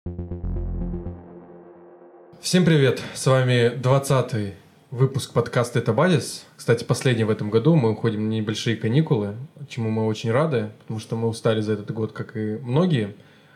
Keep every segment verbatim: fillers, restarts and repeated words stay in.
Всем привет! С вами двадцатый выпуск подкаста «Это Базис». Кстати, последний в этом году. Мы уходим на небольшие каникулы, чему мы очень рады, потому что мы устали за этот год, как и многие.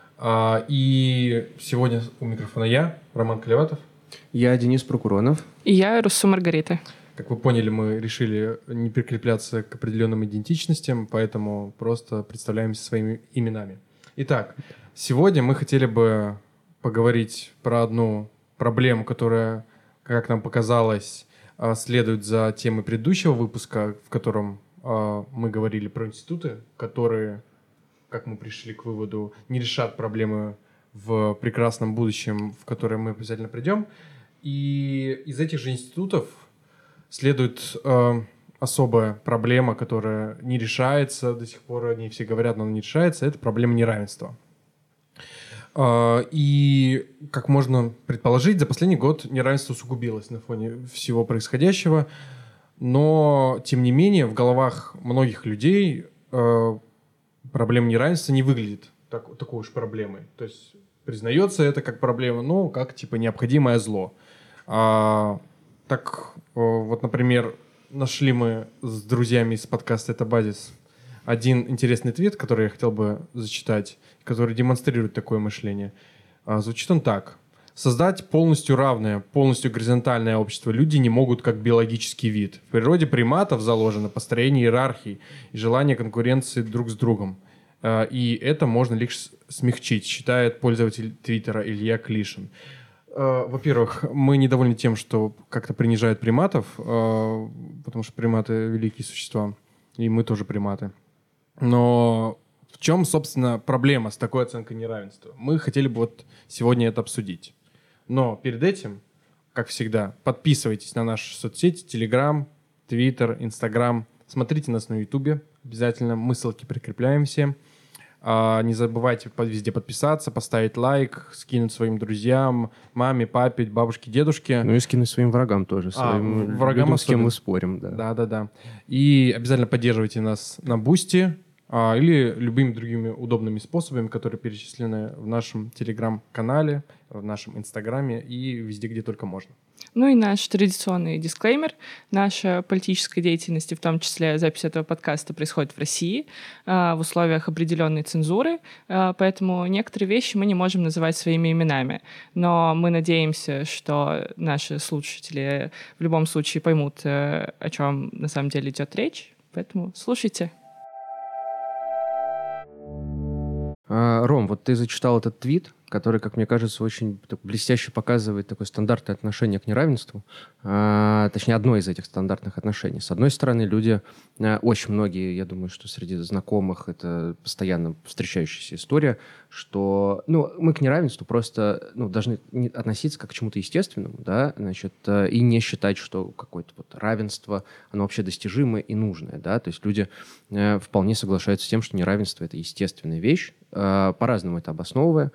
И сегодня у микрофона я, Роман Колеватов. Я Денис Прокуронов. И я Руссу Маргарита. Как вы поняли, мы решили не прикрепляться к определенным идентичностям, поэтому просто представляемся своими именами. Итак, сегодня мы хотели бы поговорить про одну проблему, которая, как нам показалось, следует за темой предыдущего выпуска, в котором мы говорили про институты, которые, как мы пришли к выводу, не решат проблемы в прекрасном будущем, в которое мы обязательно придем. И из этих же институтов следует э, особая проблема, которая не решается, до сих пор о ней все говорят, но она не решается, это проблема неравенства. Э, и, как можно предположить, за последний год неравенство усугубилось на фоне всего происходящего, но, тем не менее, в головах многих людей э, проблема неравенства не выглядит так, такой уж проблемой. То есть признается это как проблема, но как типа необходимое зло. А, так, вот, например, нашли мы с друзьями из подкаста «Это Базис» один интересный твит, который я хотел бы зачитать, который демонстрирует такое мышление. А, звучит он так. Создать полностью равное, полностью горизонтальное общество люди не могут как биологический вид. В природе приматов заложено построение иерархий и желание конкуренции друг с другом. А, и это можно лишь смягчить, считает пользователь твиттера Илья Клишин. Во-первых, мы недовольны тем, что как-то принижают приматов, потому что приматы — великие существа, и мы тоже приматы. Но в чем, собственно, проблема с такой оценкой неравенства? Мы хотели бы вот сегодня это обсудить. Но перед этим, как всегда, подписывайтесь на наши соцсети, Telegram, Twitter, Instagram. Смотрите нас на YouTube обязательно, мы ссылки прикрепляем всем. А, не забывайте везде подписаться, поставить лайк, скинуть своим друзьям, маме, папе, бабушке, дедушке. Ну и скинуть своим врагам тоже, своим а, врагам, людям, с кем мы спорим. Да. да, да, да. И обязательно поддерживайте нас на Бусти а, или любыми другими удобными способами, которые перечислены в нашем Телеграм-канале, в нашем Инстаграме и везде, где только можно. Ну и наш традиционный дисклеймер. Наша политическая деятельность, и в том числе запись этого подкаста, происходит в России в условиях определенной цензуры, поэтому некоторые вещи мы не можем называть своими именами. Но мы надеемся, что наши слушатели в любом случае поймут, о чем на самом деле идет речь, поэтому слушайте. Ром, вот ты зачитал этот твит, который, как мне кажется, очень блестяще показывает такое стандартное отношение к неравенству. А, точнее, одно из этих стандартных отношений. С одной стороны, люди, очень многие, я думаю, что среди знакомых это постоянно встречающаяся история, что ну, мы к неравенству просто ну, должны относиться как к чему-то естественному, да, значит, и не считать, что какое-то вот равенство, оно вообще достижимое и нужное. Да? То есть люди вполне соглашаются с тем, что неравенство — это естественная вещь, по-разному это обосновывая,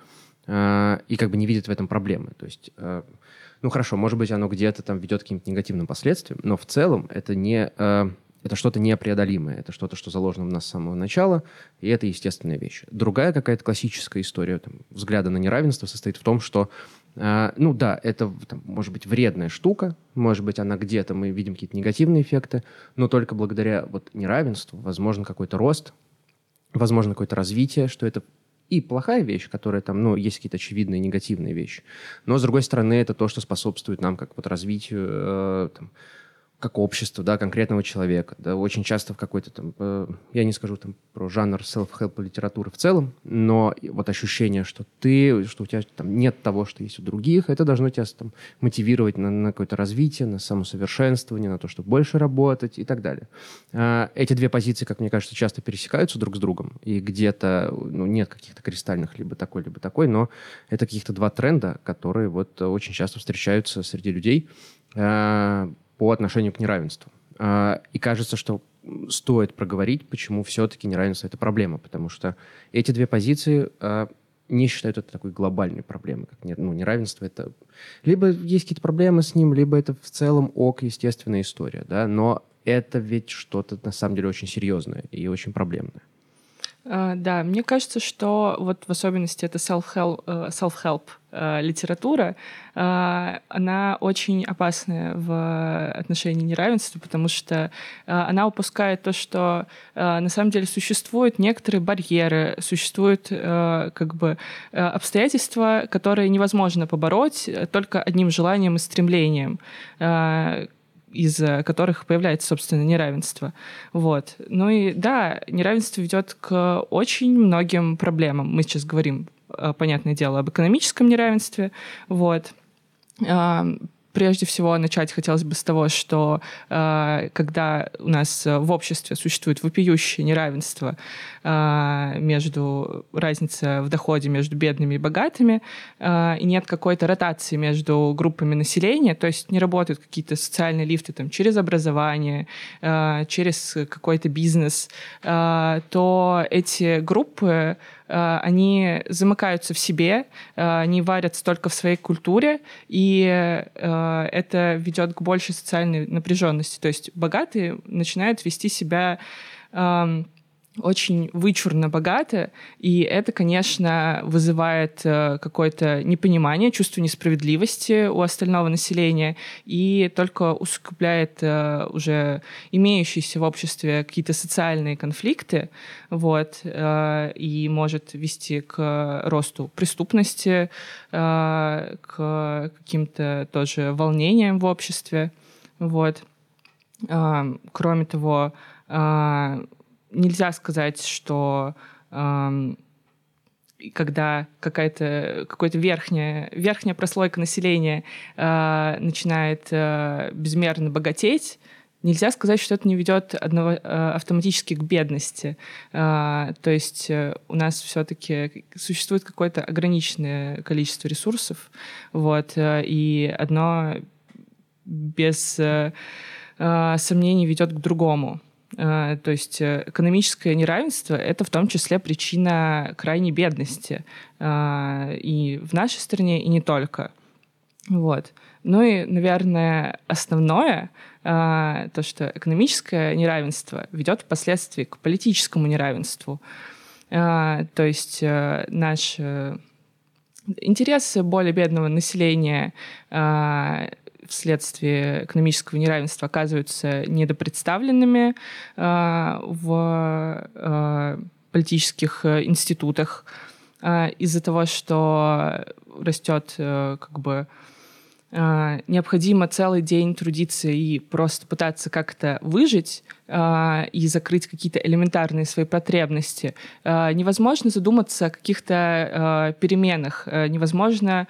и как бы не видят в этом проблемы. То есть, ну хорошо, может быть, оно где-то там ведет к каким-то негативным последствиям, но в целом это, не, это что-то непреодолимое, это что-то, что заложено в нас с самого начала, и это естественная вещь. Другая какая-то классическая история там, взгляда на неравенство состоит в том, что, ну да, это там, может быть вредная штука, может быть, она где-то, мы видим какие-то негативные эффекты, но только благодаря вот неравенству возможен какой-то рост, возможно какое-то развитие, что это и плохая вещь, которая там, ну, есть какие-то очевидные негативные вещи. Но, с другой стороны, это то, что способствует нам как вот развитию, э, там, как общества, да, конкретного человека. Да, очень часто в какой-то там, э, я не скажу там про жанр self-help литературы в целом, но вот ощущение, что ты, что у тебя там нет того, что есть у других, это должно тебя там мотивировать на, на какое-то развитие, на самосовершенствование, на то, чтобы больше работать и так далее. Э, эти две позиции, как мне кажется, часто пересекаются друг с другом, и где-то ну, нет каких-то кристальных либо такой, либо такой, но это каких-то два тренда, которые вот очень часто встречаются среди людей, э, по отношению к неравенству. И кажется, что стоит проговорить, почему все-таки неравенство — это проблема, потому что эти две позиции не считают это такой глобальной проблемой, как ну, неравенство. Это либо есть какие-то проблемы с ним, либо это в целом ок, естественная история, да, но это ведь что-то на самом деле очень серьезное и очень проблемное. Uh, да, мне кажется, что вот в особенности это self-help, uh, self-help uh, литература, uh, она очень опасная в отношении неравенства, потому что uh, она упускает то, что uh, на самом деле существуют некоторые барьеры, существуют uh, как бы uh, обстоятельства, которые невозможно побороть только одним желанием и стремлением, uh, из-за которых появляется, собственно, неравенство. Вот. Ну и да, неравенство ведет к очень многим проблемам. Мы сейчас говорим, понятное дело, об экономическом неравенстве. Вот. Прежде всего, начать хотелось бы с того, что э, когда у нас в обществе существует вопиющее неравенство э, между разница в доходе между бедными и богатыми, э, и нет какой-то ротации между группами населения, то есть не работают какие-то социальные лифты там, через образование, э, через какой-то бизнес, э, то эти группы они замыкаются в себе, они варятся только в своей культуре, и это ведет к большей социальной напряженности. То есть богатые начинают вести себя очень вычурно богато, и это, конечно, вызывает какое-то непонимание, чувство несправедливости у остального населения и только усугубляет уже имеющиеся в обществе какие-то социальные конфликты, вот, и может вести к росту преступности, к каким-то тоже волнениям в обществе. Вот. Кроме того, нельзя сказать, что э, когда какая-то, какая-то верхняя, верхняя прослойка населения э, начинает э, безмерно богатеть, нельзя сказать, что это не ведет одного, э, автоматически к бедности. Э, то есть э, у нас все-таки существует какое-то ограниченное количество ресурсов, вот, э, и одно без э, э, сомнений ведет к другому. То есть экономическое неравенство — это в том числе причина крайней бедности и в нашей стране, и не только. Вот. Ну и, наверное, основное, то, что экономическое неравенство ведет впоследствии к политическому неравенству. То есть наши интересы более бедного населения вследствие экономического неравенства оказываются недопредставленными э, в э, политических институтах э, из-за того, что растет э, как бы э, необходимо целый день трудиться и просто пытаться как-то выжить э, и закрыть какие-то элементарные свои потребности. Э, невозможно задуматься о каких-то э, переменах, э, невозможно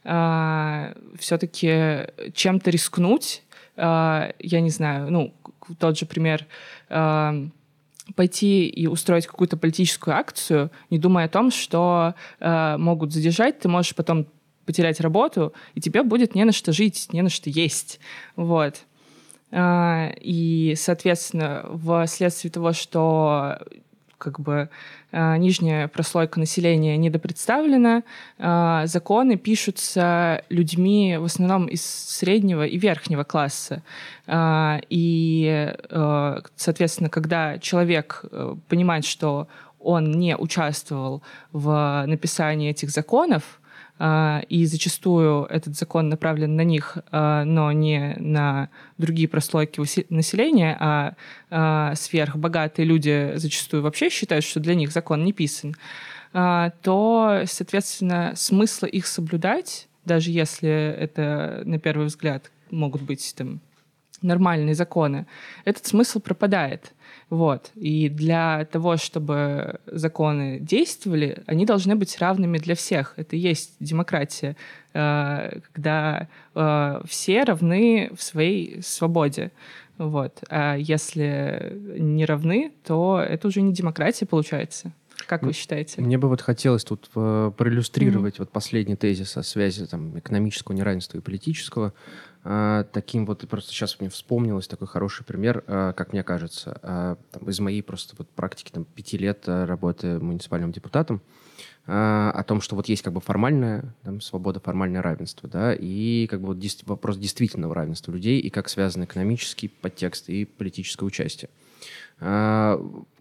все-таки чем-то рискнуть. Я не знаю, ну, тот же пример, пойти и устроить какую-то политическую акцию, не думая о том, что могут задержать, ты можешь потом потерять работу, и тебе будет не на что жить, не на что есть. Вот. И, соответственно, вследствие того, что как бы э, нижняя прослойка населения недопредставлена, э, законы пишутся людьми в основном из среднего и верхнего класса. Э, и, э, соответственно, когда человек э, понимает, что он не участвовал в написании этих законов, и зачастую этот закон направлен на них, но не на другие прослойки населения, а сверхбогатые люди зачастую вообще считают, что для них закон не писан, то, соответственно, смысла их соблюдать, даже если это, на первый взгляд, могут быть там нормальные законы, этот смысл пропадает. Вот. И для того, чтобы законы действовали, они должны быть равными для всех. Это и есть демократия, когда все равны в своей свободе. Вот. А если не равны, то это уже не демократия получается. Как вы считаете? Мне бы вот хотелось тут э, проиллюстрировать mm-hmm. вот последний тезис о связи там, экономического неравенства и политического. Э, таким вот, просто сейчас мне вспомнилось такой хороший пример, э, как мне кажется, э, там, из моей просто вот практики там, пяти лет э, работы муниципальным депутатом, э, о том, что вот есть как бы формальная там, свобода, формальное равенство, да, и как бы вот дес- вопрос действительного равенства людей, и как связан экономический подтекст и политическое участие. Э,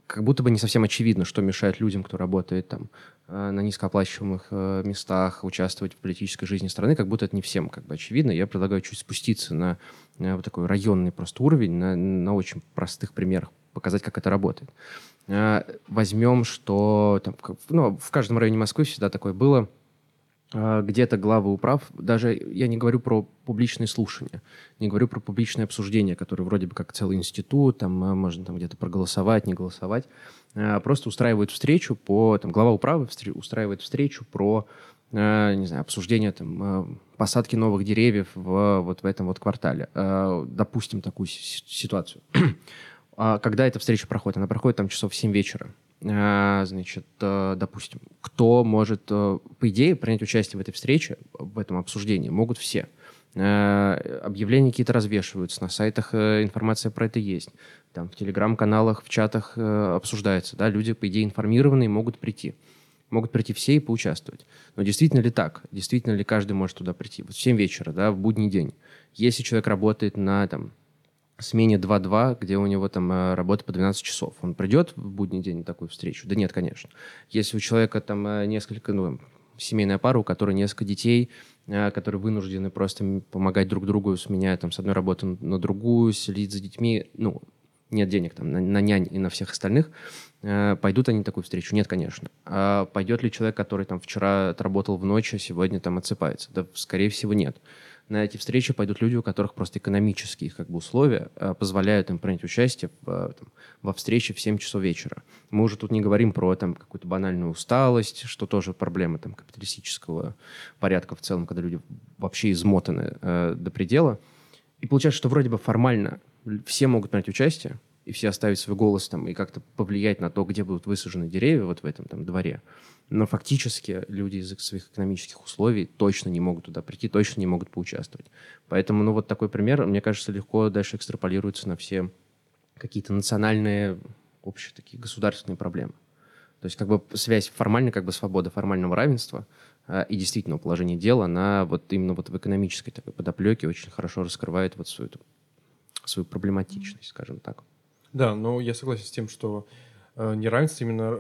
как будто бы не совсем очевидно, что мешает людям, кто работает там на низкооплачиваемых местах, участвовать в политической жизни страны, как будто это не всем как бы очевидно. Я предлагаю чуть спуститься на, на вот такой районный просто уровень, на, на очень простых примерах показать, как это работает. Возьмем, что там, ну, в каждом районе Москвы всегда такое было, где-то главы управ, даже я не говорю про публичные слушания, не говорю про публичное обсуждение, которое вроде бы как целый институт, там можно там где-то проголосовать, не голосовать, просто устраивают встречу по, там, глава управы устраивает встречу про, не знаю, обсуждение там, посадки новых деревьев в, вот в этом вот квартале. Допустим, такую ситуацию. Когда эта встреча проходит? Она проходит там часов в семь вечера. Значит, допустим, кто может, по идее, принять участие в этой встрече, в этом обсуждении, могут все. Объявления какие-то развешиваются, на сайтах информация про это есть. Там в телеграм-каналах, в чатах обсуждается. Да? Люди, по идее, информированные, могут прийти. Могут прийти все и поучаствовать. Но действительно ли так? Действительно ли каждый может туда прийти? Вот в семь вечера, да, в будний день. Если человек работает на там, смене два-два, где у него там работа по двенадцать часов. Он придет в будний день на такую встречу? Да нет, конечно. Если у человека там несколько, ну, семейная пара, у которой несколько детей, которые вынуждены просто помогать друг другу, сменяя там с одной работы на другую, следить за детьми, ну, нет денег там на, на нянь и на всех остальных, пойдут они на такую встречу? Нет, конечно. А пойдет ли человек, который там вчера отработал в ночь, а сегодня там отсыпается? Да, скорее всего, нет. На эти встречи пойдут люди, у которых просто экономические как бы, условия э, позволяют им принять участие в, э, там, во встрече в семь часов вечера. Мы уже тут не говорим про там, какую-то банальную усталость, что тоже проблема там, капиталистического порядка в целом, когда люди вообще измотаны э, до предела. И получается, что вроде бы формально все могут принять участие, и все оставить свой голос там, и как-то повлиять на то, где будут высажены деревья вот в этом там, дворе. Но фактически люди из-за своих экономических условий точно не могут туда прийти, точно не могут поучаствовать. Поэтому, ну, вот такой пример, мне кажется, легко дальше экстраполируется на все какие-то национальные, общие такие государственные проблемы. То есть как бы связь формально, как бы свобода формального равенства э, и действительно положение дела, она вот именно вот в экономической такой подоплеке очень хорошо раскрывает вот свою, свою проблематичность, скажем так. Да, но я согласен с тем, что э, неравенство именно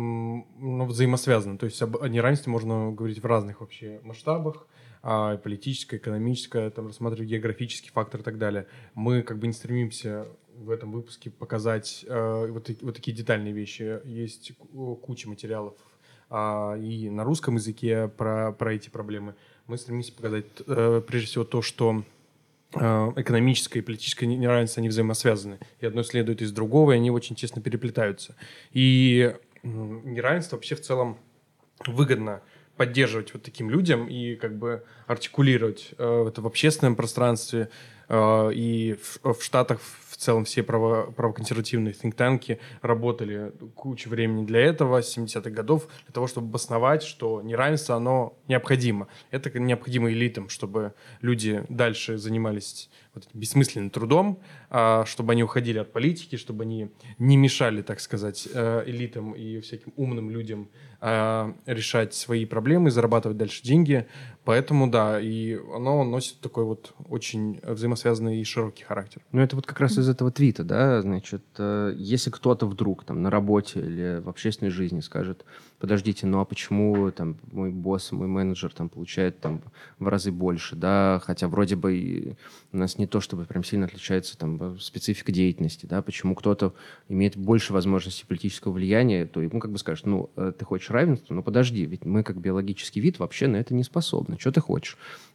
ну, взаимосвязано. То есть об, о неравенстве можно говорить в разных вообще масштабах, а политическое, экономическое, там, рассматривать географический фактор и так далее. Мы как бы не стремимся в этом выпуске показать э, вот, вот такие детальные вещи. Есть куча материалов э, и на русском языке про, про эти проблемы. Мы стремимся показать э, прежде всего то, что экономическое и политическое неравенство, они взаимосвязаны. И одно следует из другого, и они очень тесно переплетаются. И неравенство вообще в целом выгодно поддерживать вот таким людям и как бы артикулировать э, это в общественном пространстве. Э, и в, в Штатах в целом все право, правоконсервативные think-танки работали кучу времени для этого, с семидесятых годов, для того, чтобы обосновать, что неравенство, оно необходимо. Это необходимо элитам, чтобы люди дальше занимались вот этим бессмысленным трудом, э, чтобы они уходили от политики, чтобы они не мешали, так сказать, э, элитам и всяким умным людям э, решать свои проблемы, зарабатывать дальше деньги. Поэтому, да, и оно носит такой вот очень взаимосвязанный и широкий характер. Ну, это вот как раз из этого твита, да, значит, э, если кто-то вдруг там на работе или в общественной жизни скажет: подождите, ну а почему там мой босс, мой менеджер там получает там в разы больше, да, хотя вроде бы и у нас не то, чтобы прям сильно отличается там специфика деятельности, да, почему кто-то имеет больше возможностей политического влияния, то ему как бы скажут: ну, ты хочешь равенства, ну подожди, ведь мы как биологический вид вообще на это не способны, что ты хочешь?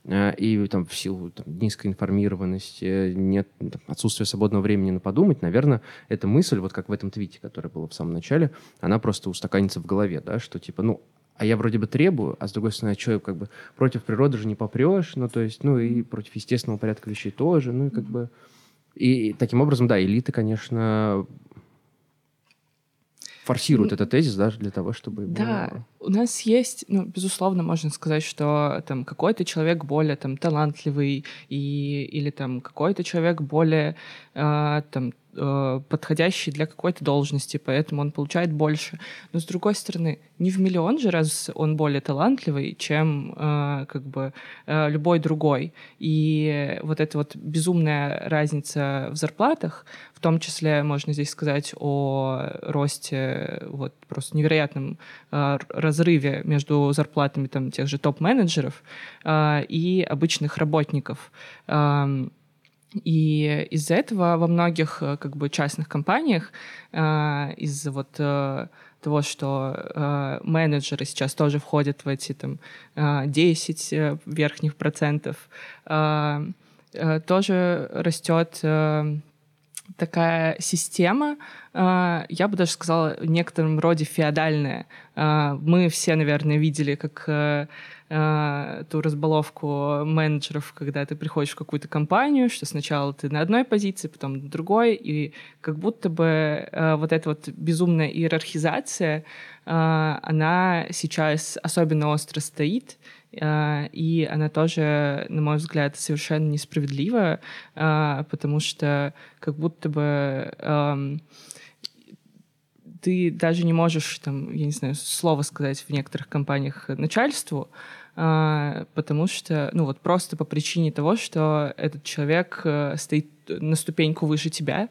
И там в силу там, низкой информированности, нет там, отсутствия свободного времени на подумать, наверное, эта мысль, вот как в этом твите, который был в самом начале, она просто устаканится в голове, да, что типа, ну, а я вроде бы требую, а с другой стороны, что, как бы, против природы же не попрешь, ну, то есть, ну, и против естественного порядка вещей тоже, ну, и как бы... И таким образом, да, элиты, конечно, форсируют этот тезис даже для того, чтобы... Да, ну... у нас есть, ну, безусловно, можно сказать, что там какой-то человек более там талантливый и, или там какой-то человек более э, там э, подходящий для какой-то должности, поэтому он получает больше. Но, с другой стороны, не в миллион же раз он более талантливый, чем э, как бы э, любой другой. И вот эта вот безумная разница в зарплатах, в том числе можно здесь сказать о росте, вот просто невероятном э, разрыве между зарплатами там, тех же топ-менеджеров э, и обычных работников. Э, и из-за этого во многих как бы частных компаниях э, из-за вот э, того, что э, менеджеры сейчас тоже входят в эти там э, десять э, верхних процентов, э, э, тоже растет э, такая система, э, я бы даже сказала, в некотором роде феодальная. Э, мы все, наверное, видели, как э, э, ту разбаловку менеджеров, когда ты приходишь в какую-то компанию, что сначала ты на одной позиции, потом на другой, и как будто бы э, вот эта вот безумная иерархизация, э, она сейчас особенно остро стоит, и она тоже, на мой взгляд, совершенно несправедливая, потому что как будто бы эм, ты даже не можешь, там, я не знаю, слово сказать в некоторых компаниях начальству, потому что, ну вот просто по причине того, что этот человек стоит на ступеньку выше тебя,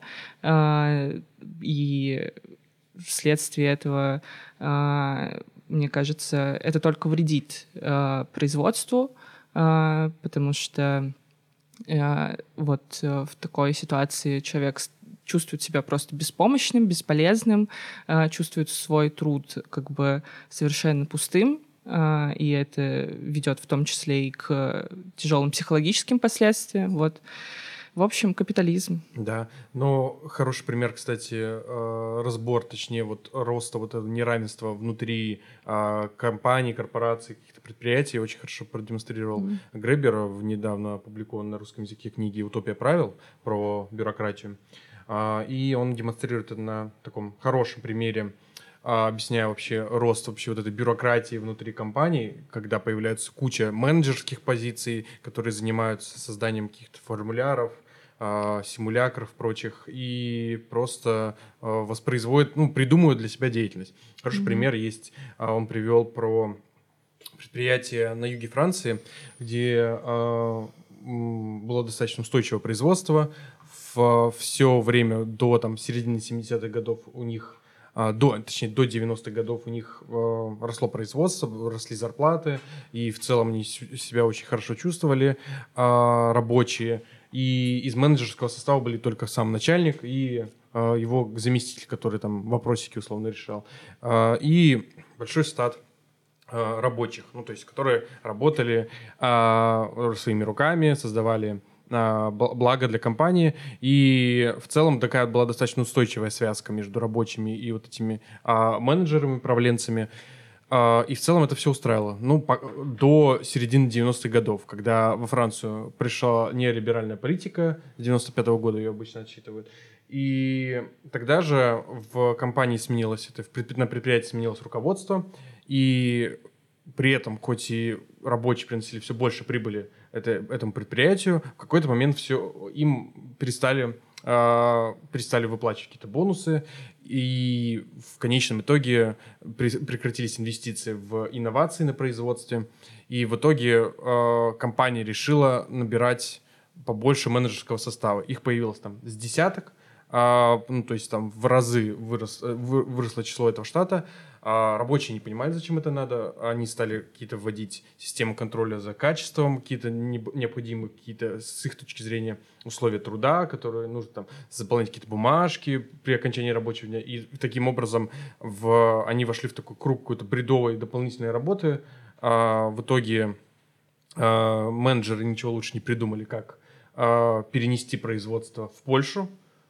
и вследствие этого, мне кажется, это только вредит э, производству, э, потому что э, вот э, в такой ситуации человек чувствует себя просто беспомощным, бесполезным, э, чувствует свой труд как бы совершенно пустым, э, и это ведет в том числе и к тяжелым психологическим последствиям. Вот. В общем, капитализм. Да, но хороший пример, кстати, разбор, точнее, вот роста вот этого неравенства внутри компаний, корпораций, каких-то предприятий очень хорошо продемонстрировал mm-hmm. Гребер в недавно опубликованной на русском языке книге «Утопия правил» про бюрократию. И он демонстрирует это на таком хорошем примере, объясняя вообще рост вообще вот этой бюрократии внутри компаний, когда появляется куча менеджерских позиций, которые занимаются созданием каких-то формуляров, симулякров прочих, и просто воспроизводят, ну, придумывают для себя деятельность. Хороший mm-hmm. пример есть, он привел про предприятие на юге Франции, где было достаточно устойчивое производство. В все время до там, середины семидесятых годов у них До, точнее, до девяностых годов у них э, росло производство, росли зарплаты, и в целом они себя очень хорошо чувствовали, э, рабочие. И из менеджерского состава были только сам начальник и э, его заместитель, который там вопросики условно решал. Э, и большой стат э, рабочих, ну, то есть, которые работали э, своими руками, создавали благо для компании, и в целом такая была достаточно устойчивая связка между рабочими и вот этими а, менеджерами, управленцами, а, и в целом это все устраивало. Ну, по, до середины девяностых годов, когда во Францию пришла неолиберальная политика, с девяносто пятого года ее обычно отсчитывают, и тогда же в компании сменилось, это на предприятии сменилось руководство, и при этом, хоть и рабочие приносили все больше прибыли это, этому предприятию, в какой-то момент все, им перестали, э, перестали выплачивать какие-то бонусы, и в конечном итоге при, прекратились инвестиции в инновации на производстве, и в итоге э, компания решила набирать побольше менеджерского состава. Их появилось там с десяток, э, ну, то есть там в разы вырос, вы, выросло число этого штата. А рабочие не понимали, зачем это надо. Они стали какие-то вводить систему контроля за качеством, какие-то необходимые, какие-то с их точки зрения условия труда, которые нужно там заполнять какие-то бумажки при окончании рабочего дня. И таким образом в, они вошли в такой круг какой-то бредовой дополнительной работы. А в итоге а, менеджеры ничего лучше не придумали, как а, перенести производство в Польшу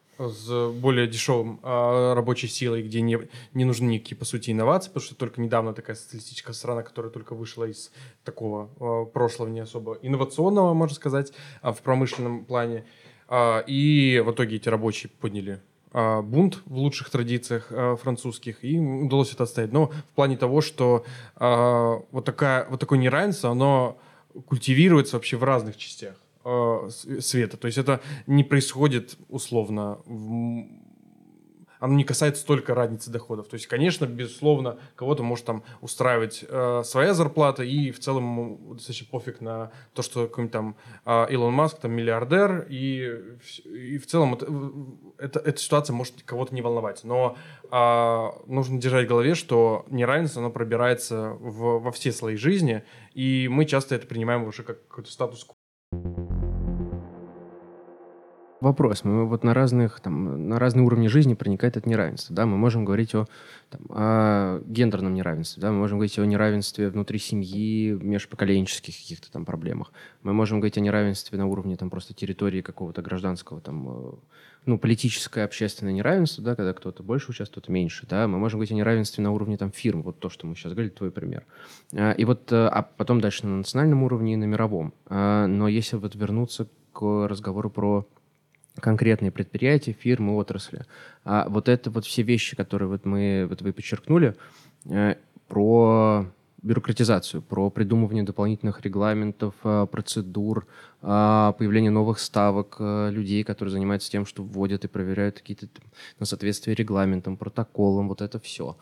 с более дешевым э, рабочей силой, где не, не нужны никакие, по сути, инновации, потому что только недавно такая социалистическая страна, которая только вышла из такого э, прошлого не особо инновационного, можно сказать, э, в промышленном плане. Э, и в итоге эти рабочие подняли э, бунт в лучших традициях э, французских, и им удалось это отстоять. Но в плане того, что э, вот, такая, вот такое неравенство, оно культивируется вообще в разных частях э, света. То есть это не происходит условно в... Оно не касается только разницы доходов. То есть, конечно, безусловно, кого-то может там устраивать э, своя зарплата, и в целом ему достаточно пофиг на то, что какой-нибудь там э, Илон Маск там миллиардер, и, и в целом это, это, эта ситуация может кого-то не волновать. Но э, нужно держать в голове, что неравенство, оно пробирается в, во все слои жизни, и мы часто это принимаем уже как какой-то статус-кво. Вопрос. Мы вот на разных, там, на разные уровни жизни проникает это неравенство. Да? Мы можем говорить о, там, о гендерном неравенстве, да? Мы можем говорить о неравенстве внутри семьи, межпоколенческих каких-то там проблемах. Мы можем говорить о неравенстве на уровне там, просто территории какого-то гражданского, там, ну, политическое, общественное неравенство, да? Когда кто-то больше участвует, кто-то меньше. Да? Мы можем говорить о неравенстве на уровне там, фирм, вот то, что мы сейчас говорили, твой пример. И вот, а потом дальше на национальном уровне и на мировом. Но если вот вернуться к разговору про конкретные предприятия, фирмы, отрасли. А вот это вот все вещи, которые вот мы, вот вы подчеркнули, э, про бюрократизацию, про придумывание дополнительных регламентов, э, процедур, э, появление новых ставок, э, людей, которые занимаются тем, что вводят и проверяют какие-то там, на соответствие регламентам, протоколам, вот это все.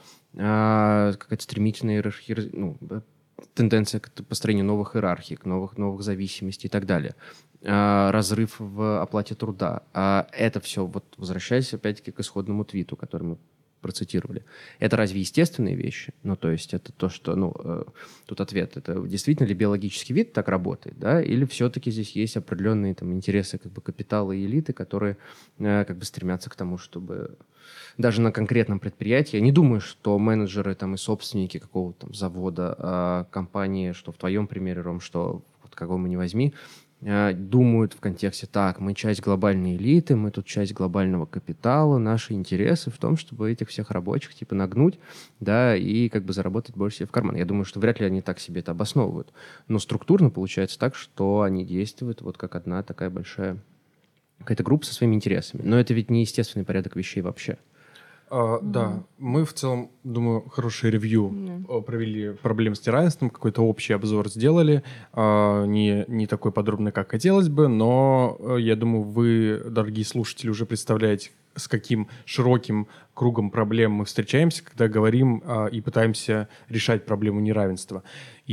Э, какая-то стремительная иерархия, ну, тенденция к построению новых иерархий, к новых, новых зависимостей и так далее. А, разрыв в оплате труда. А это все, вот возвращаясь опять-таки к исходному твиту, который мы процитировали. Это разве естественные вещи? Ну, то есть это то, что, ну, э, тут ответ, это действительно ли биологический вид так работает, да, или все-таки здесь есть определенные там интересы как бы капитала и элиты, которые э, как бы стремятся к тому, чтобы даже на конкретном предприятии, я не думаю, что менеджеры там и собственники какого-то там завода, э, компании, что в твоем примере, Ром, что вот кого мы не возьми, думают в контексте, так, мы часть глобальной элиты, мы тут часть глобального капитала, наши интересы в том, чтобы этих всех рабочих типа нагнуть, да, и как бы заработать больше себе в карман. Я думаю, что вряд ли они так себе это обосновывают. Но структурно получается так, что они действуют вот как одна такая большая какая-то группа со своими интересами. Но это ведь не естественный порядок вещей вообще. Uh, mm. Да, мы в целом, думаю, хорошее ревью mm. провели проблем с неравенством, какой-то общий обзор сделали, uh, не, не такой подробный, как хотелось бы, но uh, я думаю, вы, дорогие слушатели, уже представляете, с каким широким кругом проблем мы встречаемся, когда говорим uh, и пытаемся решать проблему неравенства.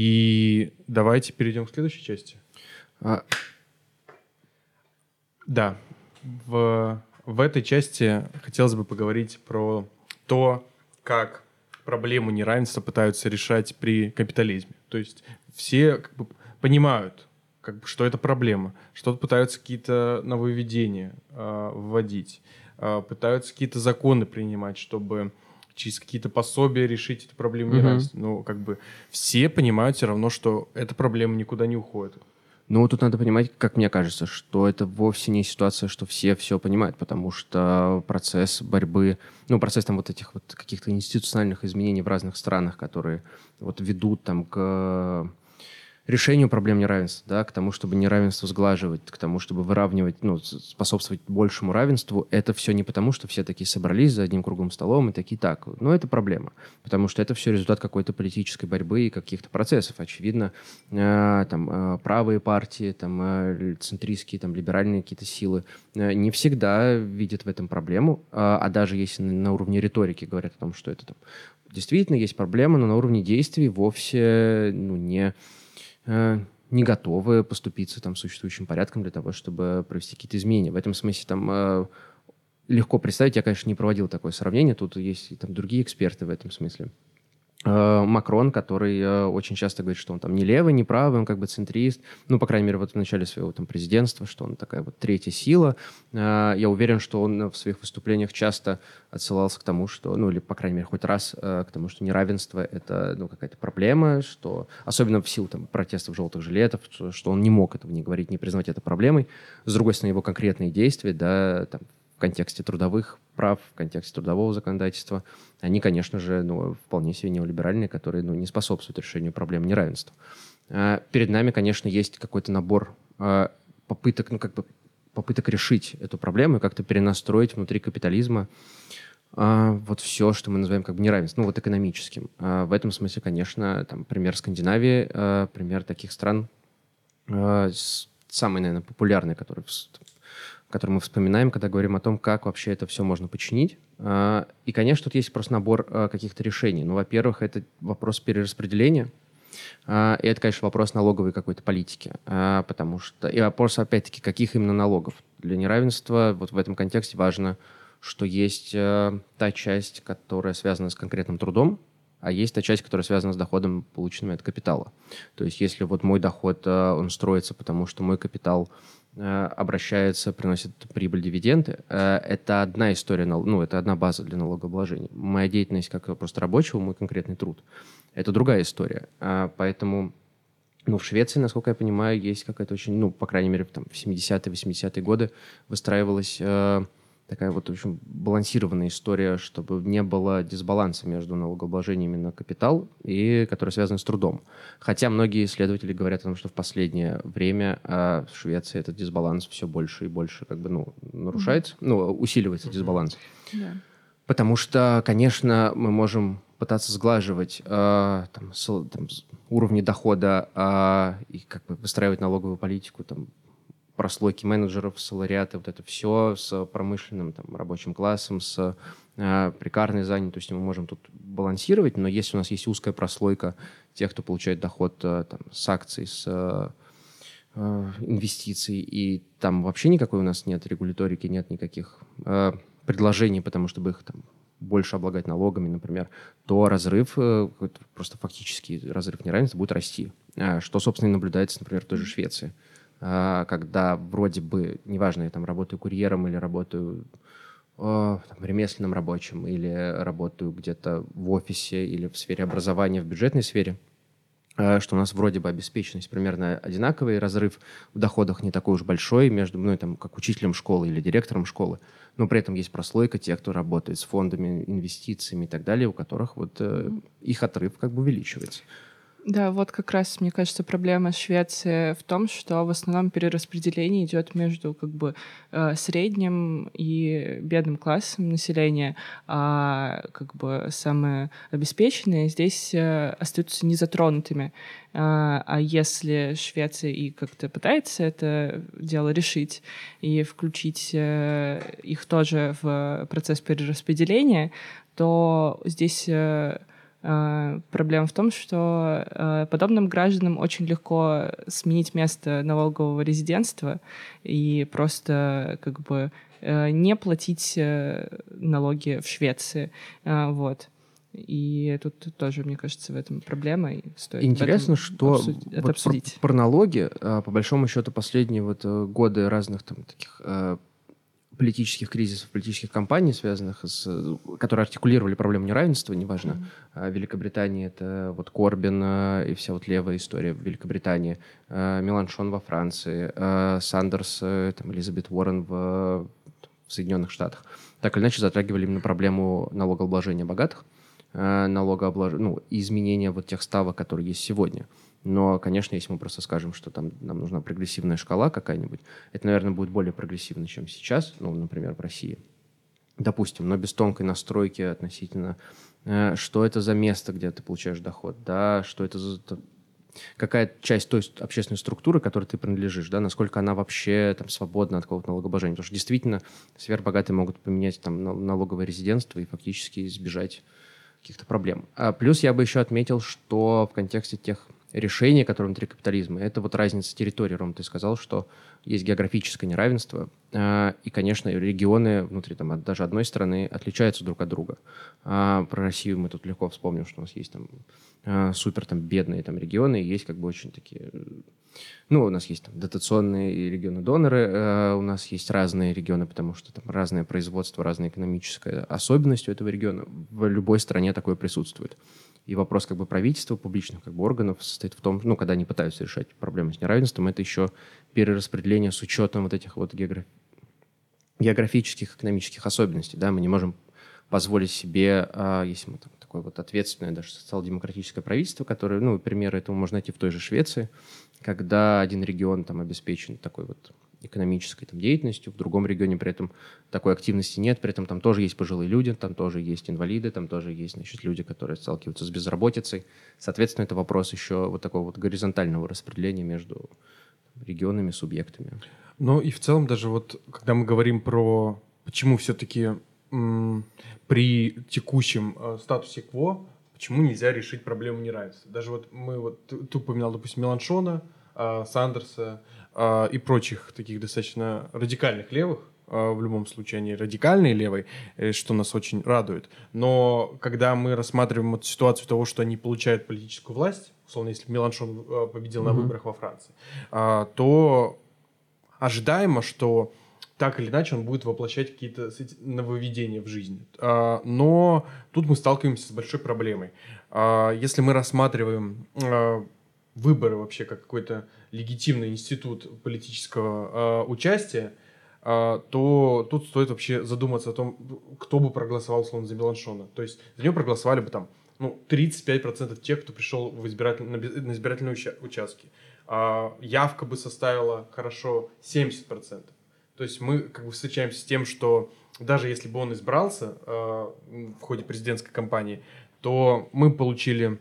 И давайте перейдем к следующей части. Uh. Да, в... В этой части хотелось бы поговорить про то, как проблему неравенства пытаются решать при капитализме. То есть все как бы понимают, как бы, что это проблема, что-то пытаются какие-то нововведения э, вводить, э, пытаются какие-то законы принимать, чтобы через какие-то пособия решить эту проблему неравенства. Mm-hmm. Но как бы все понимают все равно, что эта проблема никуда не уходит. Ну, тут надо понимать, как мне кажется, что это вовсе не ситуация, что все все понимают, потому что процесс борьбы, ну, процесс там вот этих вот каких-то институциональных изменений в разных странах, которые вот ведут там к решению проблем неравенства, да, к тому, чтобы неравенство сглаживать, к тому, чтобы выравнивать, ну, способствовать большему равенству, это все не потому, что все такие собрались за одним круглым столом и такие так. Но это проблема, потому что это все результат какой-то политической борьбы и каких-то процессов. Очевидно, э, там, э, правые партии, там, э, центристские, там, либеральные какие-то силы э, не всегда видят в этом проблему, э, а даже если на, на уровне риторики говорят о том, что это там, действительно есть проблема, но на уровне действий вовсе ну, не... не готовы поступиться там, существующим порядком для того, чтобы провести какие-то изменения. В этом смысле там, э, легко представить, я, конечно, не проводил такое сравнение, тут есть и там, другие эксперты в этом смысле. Э, Макрон, который э, очень часто говорит, что он там не левый, не правый, он как бы центрист, ну, по крайней мере, вот в начале своего там, президентства, что он такая вот третья сила. Э, я уверен, что он в своих выступлениях часто отсылался к тому, что, ну, или, по крайней мере, хоть раз э, к тому, что неравенство — это, ну, какая-то проблема, что, особенно в силу там, протестов желтых жилетов, что, что он не мог этого не говорить, не признавать это проблемой. С другой стороны, его конкретные действия, да, там, в контексте трудовых прав, в контексте трудового законодательства, они, конечно же, ну, вполне себе неолиберальные, которые ну, не способствуют решению проблем неравенства. А перед нами, конечно, есть какой-то набор а, попыток, ну, как бы попыток решить эту проблему и как-то перенастроить внутри капитализма а, вот все, что мы называем как бы неравенством, ну, вот экономическим. А в этом смысле, конечно, там, пример Скандинавии, а, пример таких стран а, с самый, наверное, популярный, который, который мы вспоминаем, когда говорим о том, как вообще это все можно починить. И, конечно, тут есть просто набор каких-то решений. Ну, во-первых, это вопрос перераспределения. И это, конечно, вопрос налоговой какой-то политики. Потому что... И вопрос, опять-таки, каких именно налогов. Для неравенства вот в этом контексте важно, что есть та часть, которая связана с конкретным трудом, а есть та часть, которая связана с доходом, полученным от капитала. То есть если вот мой доход, он строится, потому что мой капитал обращается, приносит прибыль, дивиденды, это одна история, ну, это одна база для налогообложения. Моя деятельность как просто рабочего, мой конкретный труд, это другая история. Поэтому, ну, в Швеции, насколько я понимаю, есть какая-то очень, ну, по крайней мере, там, в семидесятые, восьмидесятые годы выстраивалась такая вот очень балансированная история, чтобы не было дисбаланса между налогообложениями на капитал, и которая связана с трудом. Хотя многие исследователи говорят о том, что в последнее время а, в Швеции этот дисбаланс все больше и больше как бы, ну, нарушается, mm-hmm. ну, усиливается mm-hmm. дисбаланс. Yeah. Потому что, конечно, мы можем пытаться сглаживать э, там, с, там, уровни дохода э, и как бы выстраивать налоговую политику, там, прослойки менеджеров, салариаты, вот это все с промышленным там, рабочим классом, с э, прекарной занятостью мы можем тут балансировать, но если у нас есть узкая прослойка тех, кто получает доход э, там, с акций, с э, э, инвестиций, и там вообще никакой у нас нет регуляторики, нет никаких э, предложений, потому чтобы их там больше облагать налогами, например, то разрыв, э, просто фактически разрыв неравенства будет расти, э, что, собственно, и наблюдается, например, в той же Швеции. Когда вроде бы, неважно, я там работаю курьером или работаю э, там, ремесленным рабочим, или работаю где-то в офисе или в сфере образования, в бюджетной сфере, э, что у нас вроде бы обеспеченность примерно одинаковая, разрыв в доходах не такой уж большой между мной, там, как учителем школы или директором школы, но при этом есть прослойка тех, кто работает с фондами, инвестициями и так далее, у которых вот э, их отрыв как бы увеличивается. Да, вот как раз, мне кажется, проблема Швеции в том, что в основном перераспределение идет между как бы средним и бедным классом населения, а как бы самые обеспеченные здесь остаются незатронутыми. А если Швеция и как-то пытается это дело решить и включить их тоже в процесс перераспределения, то здесь проблема в том, что э, подобным гражданам очень легко сменить место налогового резидентства и просто как бы э, не платить э, налоги в Швеции. Э, вот. И тут тоже, мне кажется, в этом проблема. И стоит интересно, что обсудить, вот это обсудить. Про, про налоги, по большому счету, последние вот годы разных там таких политических кризисов, политических кампаний, связанных с... которые артикулировали проблему неравенства, неважно, mm-hmm. Великобритания, это вот Корбин и вся вот левая история в Великобритании, Меланшон во Франции, Сандерс, там, Элизабет Уоррен в, в Соединенных Штатах. Так или иначе затрагивали именно проблему налогообложения богатых, налогооблож... ну, изменения вот тех ставок, которые есть сегодня. Но, конечно, если мы просто скажем, что там нам нужна прогрессивная шкала какая-нибудь, это, наверное, будет более прогрессивно, чем сейчас, ну, например, в России, допустим, но без тонкой настройки относительно, э, что это за место, где ты получаешь доход, да, что это за... какая часть той общественной структуры, которой ты принадлежишь, да, насколько она вообще там свободна от какого-то налогообложения. Потому что действительно сверхбогатые могут поменять там налоговое резидентство и фактически избежать каких-то проблем. А плюс я бы еще отметил, что в контексте тех решения, которые внутри капитализма, это вот разница территории. Ром, ты сказал, что есть географическое неравенство, и, конечно, регионы внутри там, даже одной страны отличаются друг от друга. Про Россию мы тут легко вспомним, что у нас есть там супер там, бедные там, регионы, и есть как бы очень такие... Ну, у нас есть там, дотационные регионы-доноры, у нас есть разные регионы, потому что там разное производство, разная экономическая особенность у этого региона. В любой стране такое присутствует. И вопрос как бы правительства, публичных как бы органов состоит в том, ну, когда они пытаются решать проблемы с неравенством, это еще перераспределение с учетом вот этих вот географ... географических, экономических особенностей. Да? Мы не можем позволить себе, а, если мы там такое вот ответственное даже социал-демократическое правительство, которое, ну, примеры этого можно найти в той же Швеции, когда один регион там обеспечен такой вот экономической там, деятельностью, в другом регионе при этом такой активности нет, при этом там тоже есть пожилые люди, там тоже есть инвалиды, там тоже есть, значит, люди, которые сталкиваются с безработицей. Соответственно, это вопрос еще вот такого вот горизонтального распределения между регионами, субъектами. Ну и в целом даже вот, когда мы говорим про почему все-таки м, при текущем э, статусе кво, почему нельзя решить проблему неравенства. Даже вот мы вот, ты, ты упоминал, допустим, Меланшона, э, Сандерса э, и прочих таких достаточно радикальных левых, э, в любом случае они радикальные левые, э, что нас очень радует. Но когда мы рассматриваем вот ситуацию того, что они получают политическую власть, условно, если Меланшон э, победил mm-hmm. на выборах во Франции, э, то ожидаемо, что так или иначе он будет воплощать какие-то нововведения в жизнь. А, но тут мы сталкиваемся с большой проблемой. А, если мы рассматриваем а, выборы вообще как какой-то легитимный институт политического а, участия, а, то тут стоит вообще задуматься о том, кто бы проголосовал, условно, за Меланшона. То есть за него проголосовали бы там ну, тридцать пять процентов тех, кто пришел в избиратель... на избирательные уча- участки. А, явка бы составила хорошо семьдесят процентов. То есть мы как бы встречаемся с тем, что даже если бы он избрался э, в ходе президентской кампании, то мы получили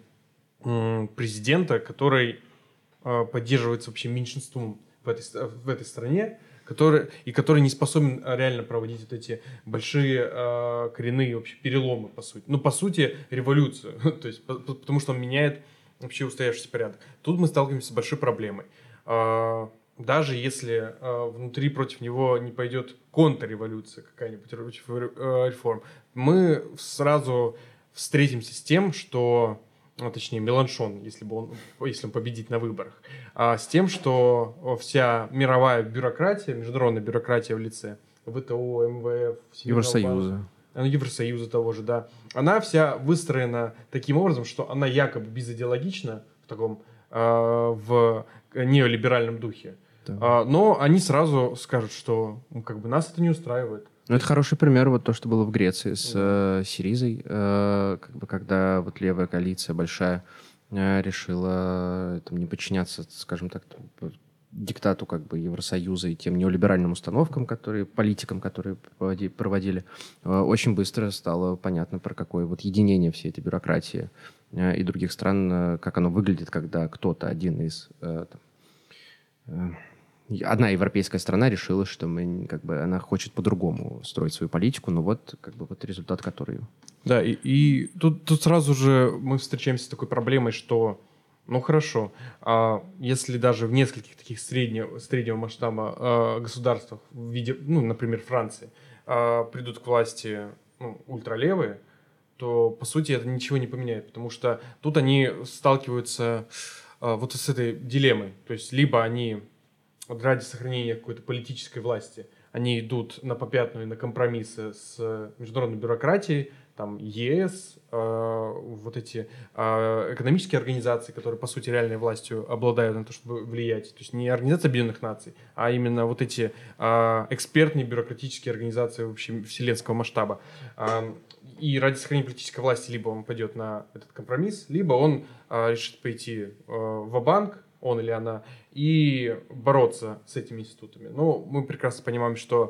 э, президента, который э, поддерживается вообще меньшинством в этой, в этой стране, который, и который не способен реально проводить вот эти большие э, коренные вообще переломы, по сути. Ну, по сути, революцию, то есть, по, потому что он меняет вообще устоявшийся порядок. Тут мы сталкиваемся с большой проблемой. Э, Даже если э, внутри против него не пойдет контрреволюция какая-нибудь, э, реформ, мы сразу встретимся с тем, что, ну, точнее, Меланшон, если бы он, если он победит на выборах, а с тем, что вся мировая бюрократия, международная бюрократия в лице ВТО, эм вэ эф, Евросоюза. Евросоюза того же, да, она вся выстроена таким образом, что она якобы безидеологична в таком э, в неолиберальном духе. А, но они сразу скажут, что ну, как бы нас это не устраивает. Ну, это хороший пример, вот то, что было в Греции с да. э, Сиризой, э, как бы, когда вот левая коалиция большая э, решила э, там, не подчиняться, скажем так, там, диктату как бы Евросоюза и тем неолиберальным установкам, которые, политикам, которые проводи, проводили. Э, очень быстро стало понятно, про какое вот единение всей этой бюрократии э, и других стран, э, как оно выглядит, когда кто-то, один из... Э, там, э, Одна европейская страна решила, что мы, как бы, она хочет по-другому строить свою политику, но вот, как бы, вот результат, который... Да, и, и тут, тут сразу же мы встречаемся с такой проблемой, что, ну хорошо, а если даже в нескольких таких среднего, среднего масштаба а, государствах, в виде, ну, например, Франции, а, придут к власти ну, ультралевые, то, по сути, это ничего не поменяет, потому что тут они сталкиваются а, вот с этой дилеммой. То есть, либо они... Вот ради сохранения какой-то политической власти они идут на попятную, на компромиссы с международной бюрократией, там ЕС, э, вот эти э, экономические организации, которые, по сути, реальной властью обладают на то, чтобы влиять. То есть не Организация Объединенных Наций, а именно вот эти э, экспертные бюрократические организации вообще вселенского масштаба. Э, и ради сохранения политической власти либо он пойдет на этот компромисс, либо он э, решит пойти э, ва-банк, он или она, и бороться с этими институтами. Но мы прекрасно понимаем, что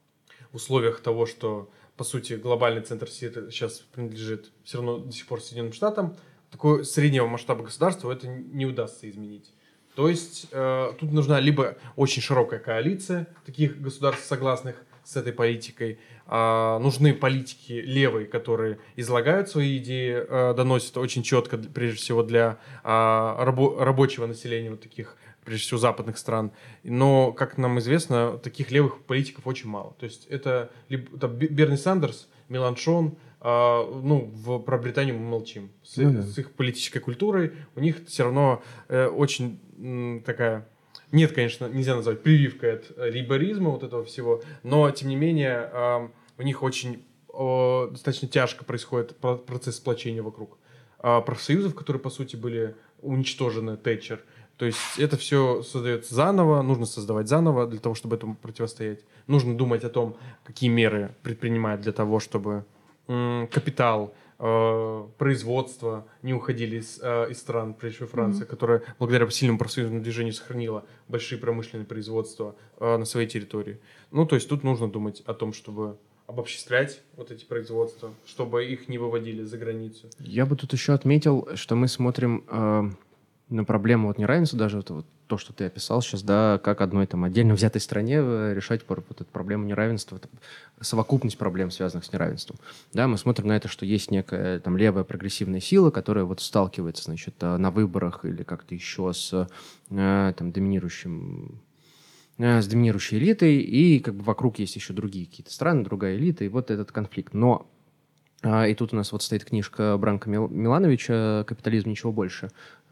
в условиях того, что, по сути, глобальный центр силы сейчас принадлежит все равно до сих пор Соединенным Штатам, такого среднего масштаба государства это не удастся изменить. То есть э, тут нужна либо очень широкая коалиция таких государств, согласных с этой политикой, э, нужны политики левые, которые излагают свои идеи, э, доносят очень четко, прежде всего, для э, рабо- рабочего населения вот таких, прежде всего, западных стран. Но, как нам известно, таких левых политиков очень мало. То есть это либо это Берни Сандерс, Меланшон, Uh, ну, в, про Британию мы молчим. С, ну, да. с их политической культурой у них все равно э, очень м, такая... Нет, конечно, нельзя назвать прививкой от лейборизма вот этого всего, но, тем не менее, э, у них очень э, достаточно тяжко происходит процесс сплочения вокруг э, профсоюзов, которые, по сути, были уничтожены Тэтчер. То есть это все создается заново, нужно создавать заново для того, чтобы этому противостоять. Нужно думать о том, какие меры предпринимать для того, чтобы капитал, э, производство не уходили из, э, из стран, прежде всего Франция, mm-hmm. которая благодаря сильному профсоюзному движению сохранила большие промышленные производства э, на своей территории. Ну, то есть тут нужно думать о том, чтобы обобществлять вот эти производства, чтобы их не выводили за границу. Я бы тут еще отметил, что мы смотрим э, Но проблема вот неравенства, даже вот, вот то, что ты описал сейчас, да, как одной там отдельно взятой стране решать вот эту проблему неравенства, это совокупность проблем, связанных с неравенством. Да, мы смотрим на это, что есть некая там левая прогрессивная сила, которая вот сталкивается, значит, на выборах или как-то еще с там доминирующим с доминирующей элитой, и как бы вокруг есть еще другие какие-то страны, другая элита, и вот этот конфликт. Но и тут у нас вот стоит книжка Бранка Милановича «Капитализм. Ничего больше»,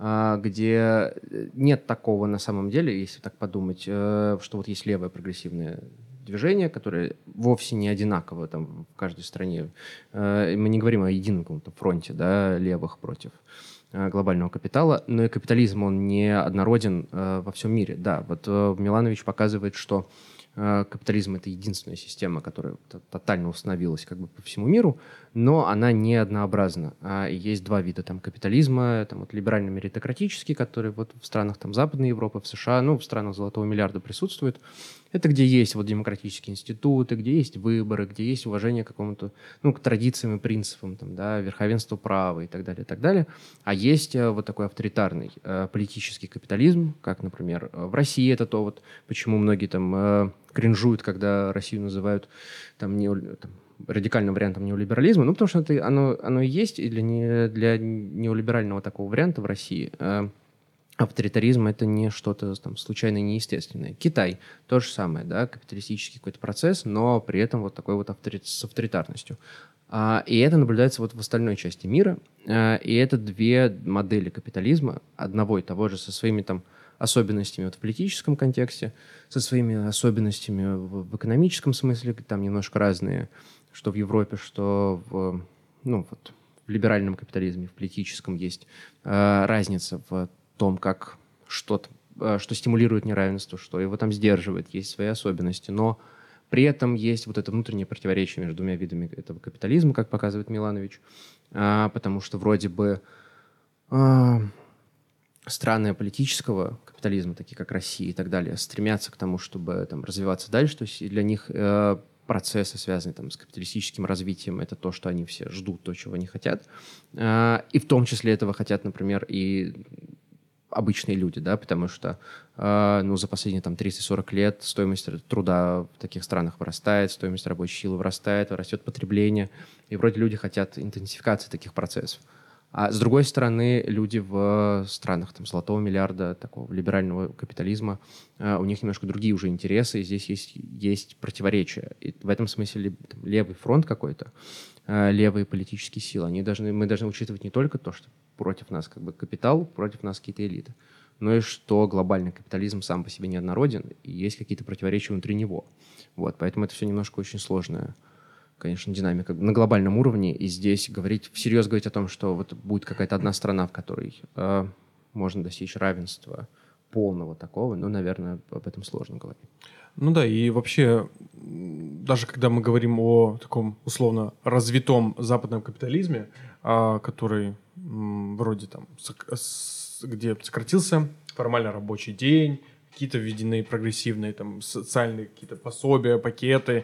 где нет такого на самом деле, если так подумать, что вот есть левое прогрессивное движение, которое вовсе не одинаково там в каждой стране. Мы не говорим о едином каком-то фронте, да, левых против глобального капитала, но и капитализм, он не однороден во всем мире. Да, вот Миланович показывает, что капитализм — это единственная система, которая тотально установилась как бы по всему миру, но она не однообразна. А есть два вида там капитализма, там вот либерально-меритократический, который вот в странах там Западной Европы, в США, ну, в странах Золотого миллиарда присутствует. Это где есть вот демократические институты, где есть выборы, где есть уважение к какому-то, ну, к традициям и принципам, там, да, верховенству права и так далее, и так далее. А есть вот такой авторитарный э, политический капитализм, как, например, в России это то, вот почему многие там э, кринжуют, когда Россию называют там, не, там, радикальным вариантом неолиберализма, ну, потому что это, оно, оно и есть, и для, не, для неолиберального такого варианта в России э, авторитаризм — это не что-то там случайное, неестественное. Китай — то же самое, да, капиталистический какой-то процесс, но при этом вот такой вот авторит, с авторитарностью. А, и это наблюдается вот в остальной части мира. А, и это две модели капитализма, одного и того же, со своими там особенностями вот в политическом контексте, со своими особенностями в, в экономическом смысле, там немножко разные, что в Европе, что в, ну, вот, в либеральном капитализме, в политическом есть а, разница в том, как что-то, что стимулирует неравенство, что его там сдерживает, есть свои особенности, но при этом есть вот это внутреннее противоречие между двумя видами этого капитализма, как показывает Миланович, потому что вроде бы страны политического капитализма, такие как Россия и так далее, стремятся к тому, чтобы там развиваться дальше, то есть для них процессы, связанные там, с капиталистическим развитием, это то, что они все ждут, то, чего они хотят, и в том числе этого хотят, например, и обычные люди, да, потому что э, ну, за последние там тридцать-сорок лет стоимость труда в таких странах вырастает, стоимость рабочей силы вырастает, растет потребление, и вроде люди хотят интенсификации таких процессов. А с другой стороны, люди в странах там, Золотого миллиарда, такого либерального капитализма, э, у них немножко другие уже интересы, и здесь есть, есть противоречия. И в этом смысле там, левый фронт какой-то, э, левые политические силы, они должны, мы должны учитывать не только то, что против нас как бы капитал, против нас какие-то элиты, но и что глобальный капитализм сам по себе неоднороден, и есть какие-то противоречия внутри него. Вот, поэтому это все немножко очень сложная, конечно, динамика на глобальном уровне, и здесь говорить, всерьез говорить о том, что вот будет какая-то одна страна, в которой э, можно достичь равенства полного такого, ну, наверное, об этом сложно говорить. Ну да, и вообще, даже когда мы говорим о таком условно развитом западном капитализме, а, который м, вроде там, сок- с- где сократился формально рабочий день, какие-то введены прогрессивные там социальные какие-то пособия, пакеты,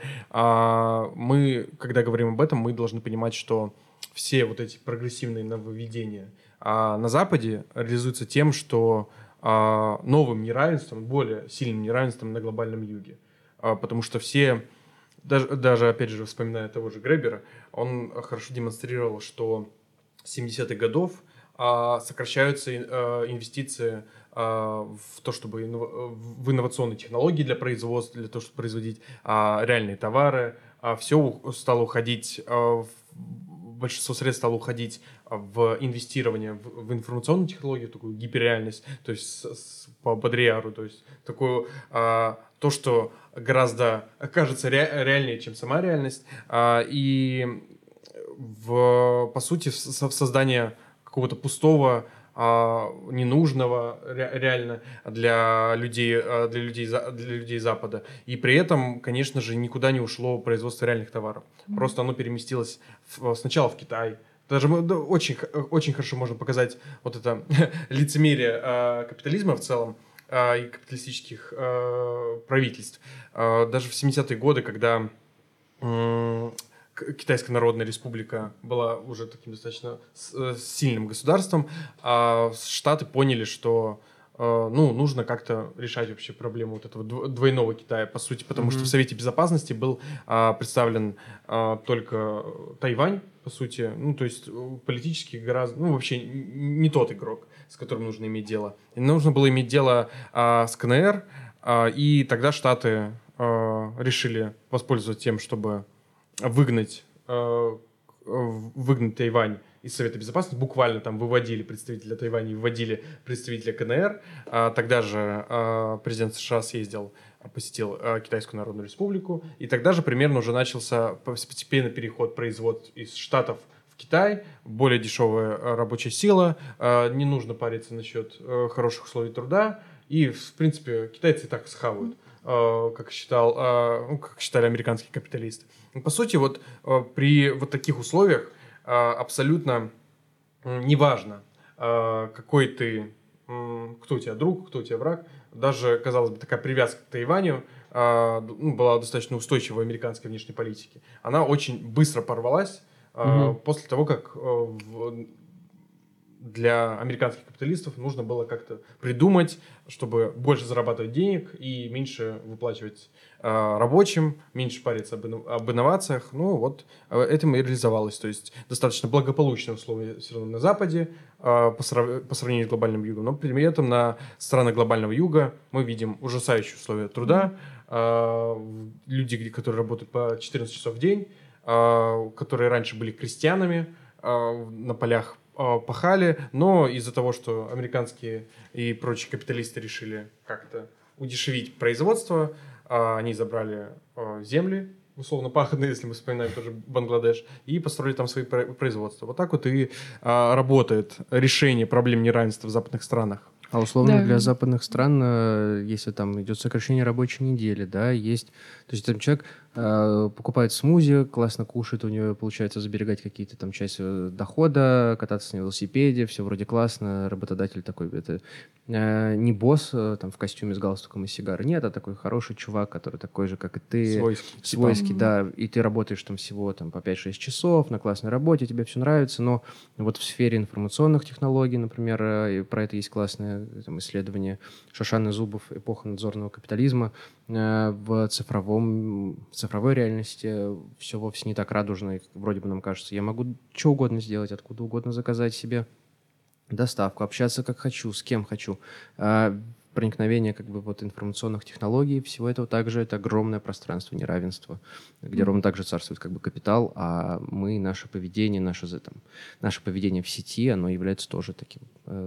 а, мы, когда говорим об этом, мы должны понимать, что все вот эти прогрессивные нововведения а, на Западе реализуются тем, что а, новым неравенством, более сильным неравенством на глобальном юге. А, потому что все, даже, даже, опять же, вспоминая того же Гребера, он хорошо демонстрировал, что с семидесятых годов а, сокращаются а, инвестиции а, в то, чтобы инно, в инновационные технологии для производства, для того, чтобы производить а, реальные товары. А, все стало уходить а, в большинство средств стало уходить в инвестирование в, в информационную технологию, такую гиперреальность, то есть с, с, по Бодриару, то есть такую, а, то, что гораздо кажется ре, реальнее, чем сама реальность, а, и в, по сути в, в создание какого-то пустого, а, ненужного ре, реально для людей, для, людей, для людей Запада. И при этом, конечно же, никуда не ушло производство реальных товаров. Mm-hmm. Просто оно переместилось в, сначала в Китай. Даже мы, да, очень, очень хорошо можно показать вот это лицемерие э, капитализма в целом э, и капиталистических э, правительств. Э, даже в семидесятые годы, когда э, Китайская Народная Республика была уже таким достаточно сильным государством, а Штаты поняли, что ну, нужно как-то решать вообще проблему вот этого двойного Китая, по сути, потому mm-hmm. что в Совете Безопасности был а, представлен а, только Тайвань, по сути, ну, то есть политически гораздо, ну, вообще не тот игрок, с которым нужно иметь дело. И нужно было иметь дело а, с КНР, а, и тогда Штаты а, решили воспользоваться тем, чтобы выгнать, а, выгнать Тайвань из Совета Безопасности, буквально там выводили представителя Тайваня, выводили представителя КНР. А, тогда же а, президент США съездил, посетил а, Китайскую Народную Республику, и тогда же примерно уже начался постепенный переход производств из Штатов в Китай, более дешевая рабочая сила, а, не нужно париться насчет а, хороших условий труда, и, в принципе, китайцы и так схавают, а, как, считал, а, ну, как считали американские капиталисты. И, по сути, вот а, при вот таких условиях абсолютно неважно, какой ты, кто у тебя друг, кто у тебя враг. Даже, казалось бы, такая привязка к Тайваню была достаточно устойчивой в американской внешней политике. Она очень быстро порвалась угу. после того, как для американских капиталистов нужно было как-то придумать, чтобы больше зарабатывать денег и меньше выплачивать э, рабочим, меньше париться об, об инновациях. Ну вот этим и реализовалось. То есть достаточно благополучные условия все равно на Западе э, по, срав... по сравнению с глобальным югом. Но при этом на странах глобального юга мы видим ужасающие условия труда. Э, люди, которые работают по четырнадцать часов в день, э, которые раньше были крестьянами э, на полях, пахали, но из-за того, что американские и прочие капиталисты решили как-то удешевить производство, они забрали земли, условно пахотные, если мы вспоминаем тоже Бангладеш, и построили там свои производства. Вот так вот и работает решение проблем неравенства в западных странах. А условно да. для западных стран, если там идет сокращение рабочей недели, да, есть... То есть там человек э, покупает смузи, классно кушает, у него получается заберегать какие-то там части дохода, кататься на велосипеде, все вроде классно, работодатель такой, это э, не босс э, там в костюме с галстуком и сигарой, нет, а такой хороший чувак, который такой же, как и ты. Свойский. Свойский, типа. Да, и ты работаешь там всего там по пять-шесть часов на классной работе, тебе все нравится, но вот в сфере информационных технологий, например, э, про это есть классное там, исследование Шошаны Зубов «Эпоха надзорного капитализма», э, в цифровом в цифровой реальности все вовсе не так радужно, вроде бы нам кажется. Я могу что угодно сделать, откуда угодно заказать себе доставку, общаться как хочу, с кем хочу. А проникновение как бы вот информационных технологий, всего этого также это огромное пространство неравенства, где mm-hmm. ровно так же царствует как бы капитал, а мы, наше поведение, наше, там, наше поведение в сети, оно является тоже таким...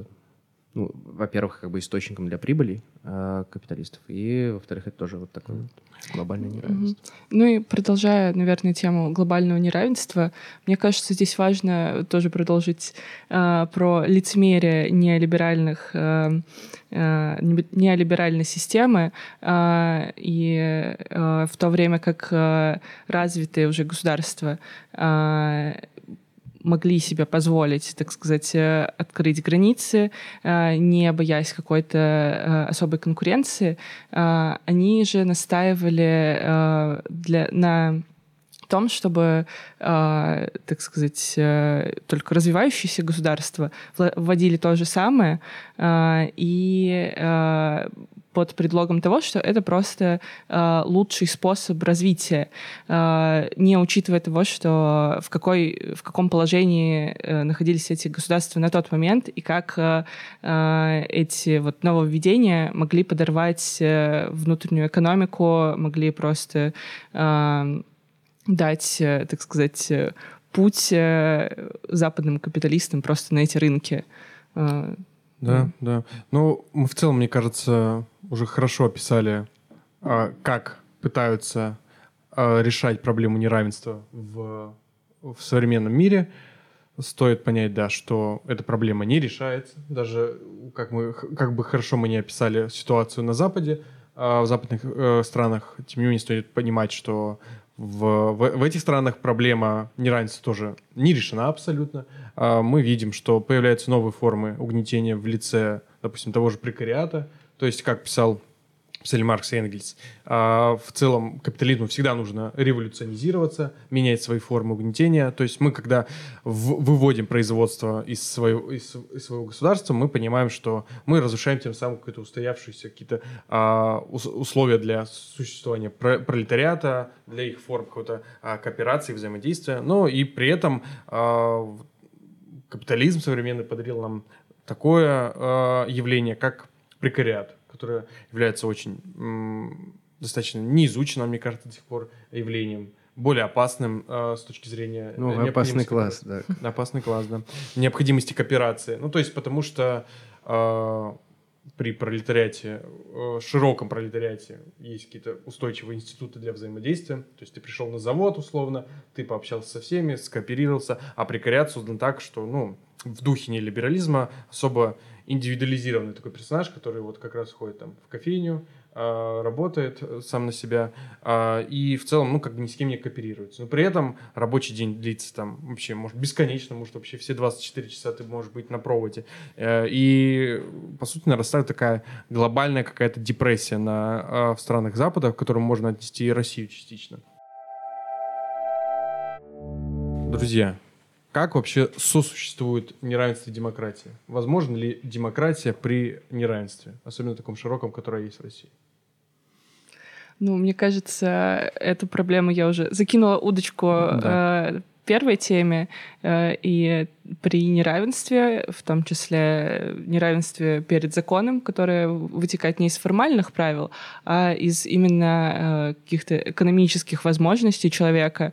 Ну, во-первых, как бы источником для прибыли э, капиталистов, и, во-вторых, это тоже вот такое вот глобальное неравенство. Mm-hmm. Ну и продолжая, наверное, тему глобального неравенства, мне кажется, здесь важно тоже продолжить э, про лицемерие неолиберальных, э, э, неолиберальной системы, э, и э, в то время как э, развитые уже государства э, могли себе позволить, так сказать, открыть границы, не боясь какой-то особой конкуренции, они же настаивали для, на том, чтобы, так сказать, только развивающиеся государства вводили то же самое, и под предлогом того, что это просто э, лучший способ развития, э, не учитывая того, что в, какой, в каком положении э, находились эти государства на тот момент и как э, э, эти вот нововведения могли подорвать э, внутреннюю экономику, могли просто э, дать, э, так сказать, путь э, западным капиталистам просто на эти рынки. Э, Да, mm. да. Ну, мы в целом, мне кажется, уже хорошо описали, а, как пытаются а, решать проблему неравенства в, в современном мире. Стоит понять, да, что эта проблема не решается. Даже как, мы, как бы хорошо мы не описали ситуацию на Западе, а в западных э, странах, тем не менее, стоит понимать, что В, в, в этих странах проблема неравенства тоже не решена абсолютно. А мы видим, что появляются новые формы угнетения в лице, допустим, того же прекариата. То есть, как писал писали Маркс и Энгельс. А в целом капитализму всегда нужно революционизироваться, менять свои формы угнетения. То есть мы, когда в- выводим производство из своего, из, из своего государства, мы понимаем, что мы разрушаем тем самым какие-то устоявшиеся какие-то а, ус- условия для существования про- пролетариата, для их форм какой-то а, кооперации, взаимодействия. Но и при этом а, капитализм современный подарил нам такое а, явление, как прекариат, которое является очень м, достаточно неизученным, мне кажется, до сих пор явлением, более опасным э, с точки зрения... Ну, э, опасный необходимости класс, да. кооперации. Опасный класс, да. Необходимости кооперации. Ну, то есть потому что э, при пролетариате, э, широком пролетариате есть какие-то устойчивые институты для взаимодействия. То есть ты пришел на завод, условно, ты пообщался со всеми, скооперировался, а прекариат создан так, что, ну, в духе нелиберализма особо индивидуализированный такой персонаж, который вот как раз ходит там в кофейню, э, работает сам на себя э, и в целом, ну, как бы ни с кем не кооперируется. Но при этом рабочий день длится там вообще, может, бесконечно, может, вообще все двадцать четыре часа ты можешь быть на проводе. Э, и, по сути, нарастает такая глобальная какая-то депрессия на, э, в странах Запада, к которым можно отнести и Россию частично. Друзья, как вообще сосуществует неравенство и демократия? Возможно ли демократия при неравенстве, особенно в таком широком, которое есть в России? Ну, мне кажется, эту проблему я уже закинула удочку да. э, первой теме, э, и при неравенстве, в том числе неравенстве перед законом, которое вытекает не из формальных правил, а из именно э, каких-то экономических возможностей человека,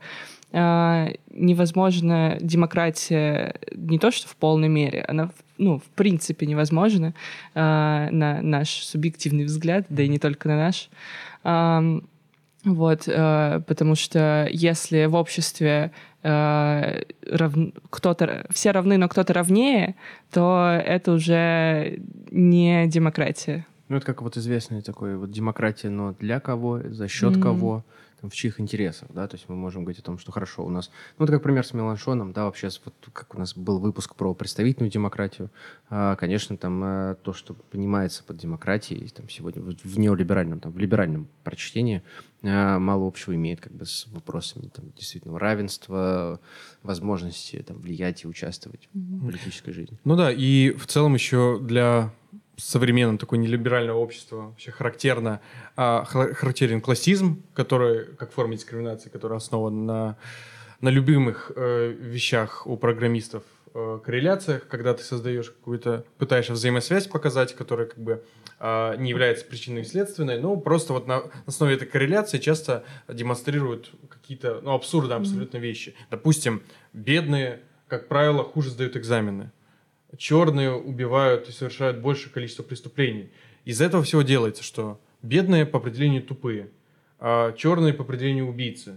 невозможна демократия не то что в полной мере, она ну, в принципе невозможна э, на наш субъективный взгляд, да и не только на наш. Э, вот, э, потому что если в обществе э, рав... кто-то, все равны, но кто-то равнее, то это уже не демократия. Ну, это как вот известная такой вот демократия, но для кого, за счет mm-hmm. кого, там, в чьих интересах, да, то есть мы можем говорить о том, что хорошо у нас, ну, это как пример с Меланшоном, да, вообще, вот как у нас был выпуск про представительную демократию, а, конечно, там а, то, что понимается под демократией, там, сегодня в, в неолиберальном, там, в либеральном прочтении а, мало общего имеет как бы с вопросами, там, действительно, равенства, возможности, там, влиять и участвовать mm-hmm. в политической жизни. Ну да, и в целом еще для современного такого нелиберального общества вообще характерно, а, характерен классизм, который, как форма дискриминации, которая основана на, на любимых э, вещах у программистов, э, корреляциях, когда ты создаешь какую-то, пытаешься взаимосвязь показать, которая как бы э, не является причиной и следственной, но просто вот на основе этой корреляции часто демонстрируют какие-то, ну, абсурдные абсолютно вещи. Допустим, бедные, как правило, хуже сдают экзамены. Черные убивают и совершают большее количество преступлений. Из этого всего делается, что бедные по определению тупые, а черные по определению убийцы.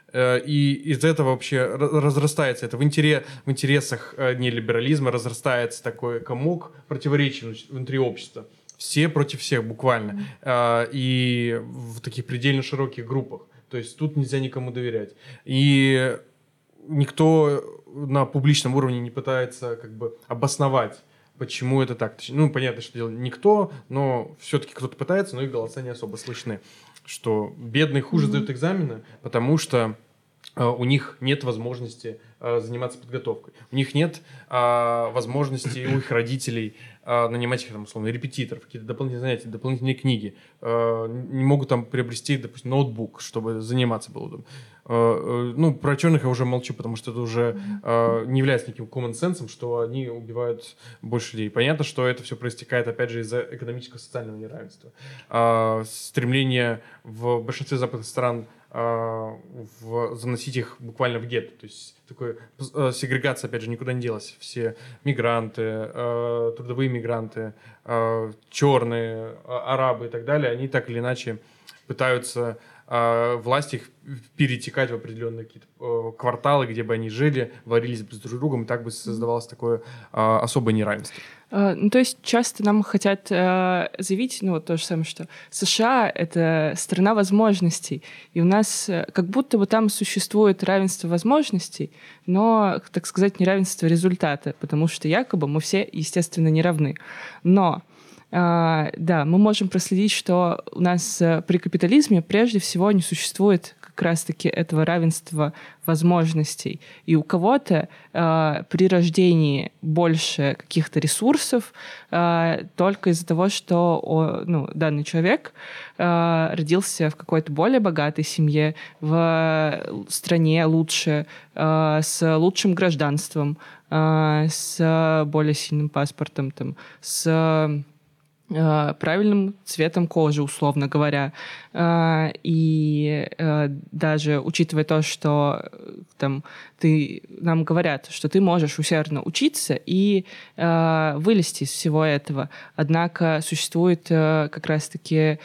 И из этого вообще разрастается это в, интерес, в интересах нелиберализма, разрастается такой комок противоречий внутри общества. Все против всех буквально. Mm-hmm. И в таких предельно широких группах. То есть тут нельзя никому доверять. И никто на публичном уровне не пытается как бы обосновать, почему это так. Ну, понятно, что дело никто, но все-таки кто-то пытается, но их голоса не особо слышны. Что бедные хуже mm-hmm. сдают экзамены, потому что э, у них нет возможности э, заниматься подготовкой. У них нет э, возможности у их родителей э, нанимать их, там, условно, репетиторов, какие-то дополнительные занятия, дополнительные книги. Э, не могут там приобрести, допустим, ноутбук, чтобы заниматься было удобно. Ну, про черных я уже молчу, потому что это уже э, не является никаким common sense, что они убивают больше людей. Понятно, что это все проистекает, опять же, из-за экономического социального неравенства. Э, стремление в большинстве западных стран э, в, заносить их буквально в гетто. То есть такой, э, сегрегация, опять же, никуда не делась. Все мигранты, э, трудовые мигранты, э, черные, э, арабы и так далее, они так или иначе пытаются власти их перетекать в определенные какие-то э, кварталы, где бы они жили, варились бы с друг другом, и так бы создавалось такое э, особое неравенство. Uh, ну, то есть часто нам хотят uh, заявить, ну, вот то же самое, что США — это страна возможностей, и у нас uh, как будто бы там существует равенство возможностей, но, так сказать, неравенство результата, потому что якобы мы все, естественно, не равны. Но а, да, мы можем проследить, что у нас при капитализме прежде всего не существует как раз-таки этого равенства возможностей. И у кого-то э, при рождении больше каких-то ресурсов э, только из-за того, что о, ну, данный человек э, родился в какой-то более богатой семье, в стране лучше, э, с лучшим гражданством, э, с более сильным паспортом, там, с правильным цветом кожи, условно говоря. И даже учитывая то, что там, ты, нам говорят, что ты можешь усердно учиться и вылезти из всего этого. Однако существует как раз-таки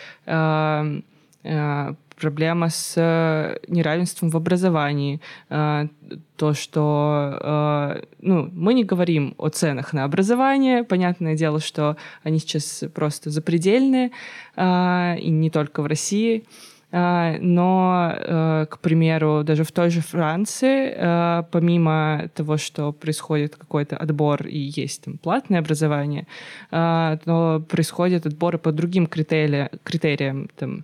проблема с неравенством в образовании. То, что ну, мы не говорим о ценах на образование. Понятное дело, что они сейчас просто запредельные, и не только в России. Но, к примеру, даже в той же Франции, помимо того, что происходит какой-то отбор и есть там платное образование, то происходят отборы по другим критериям, критериям там,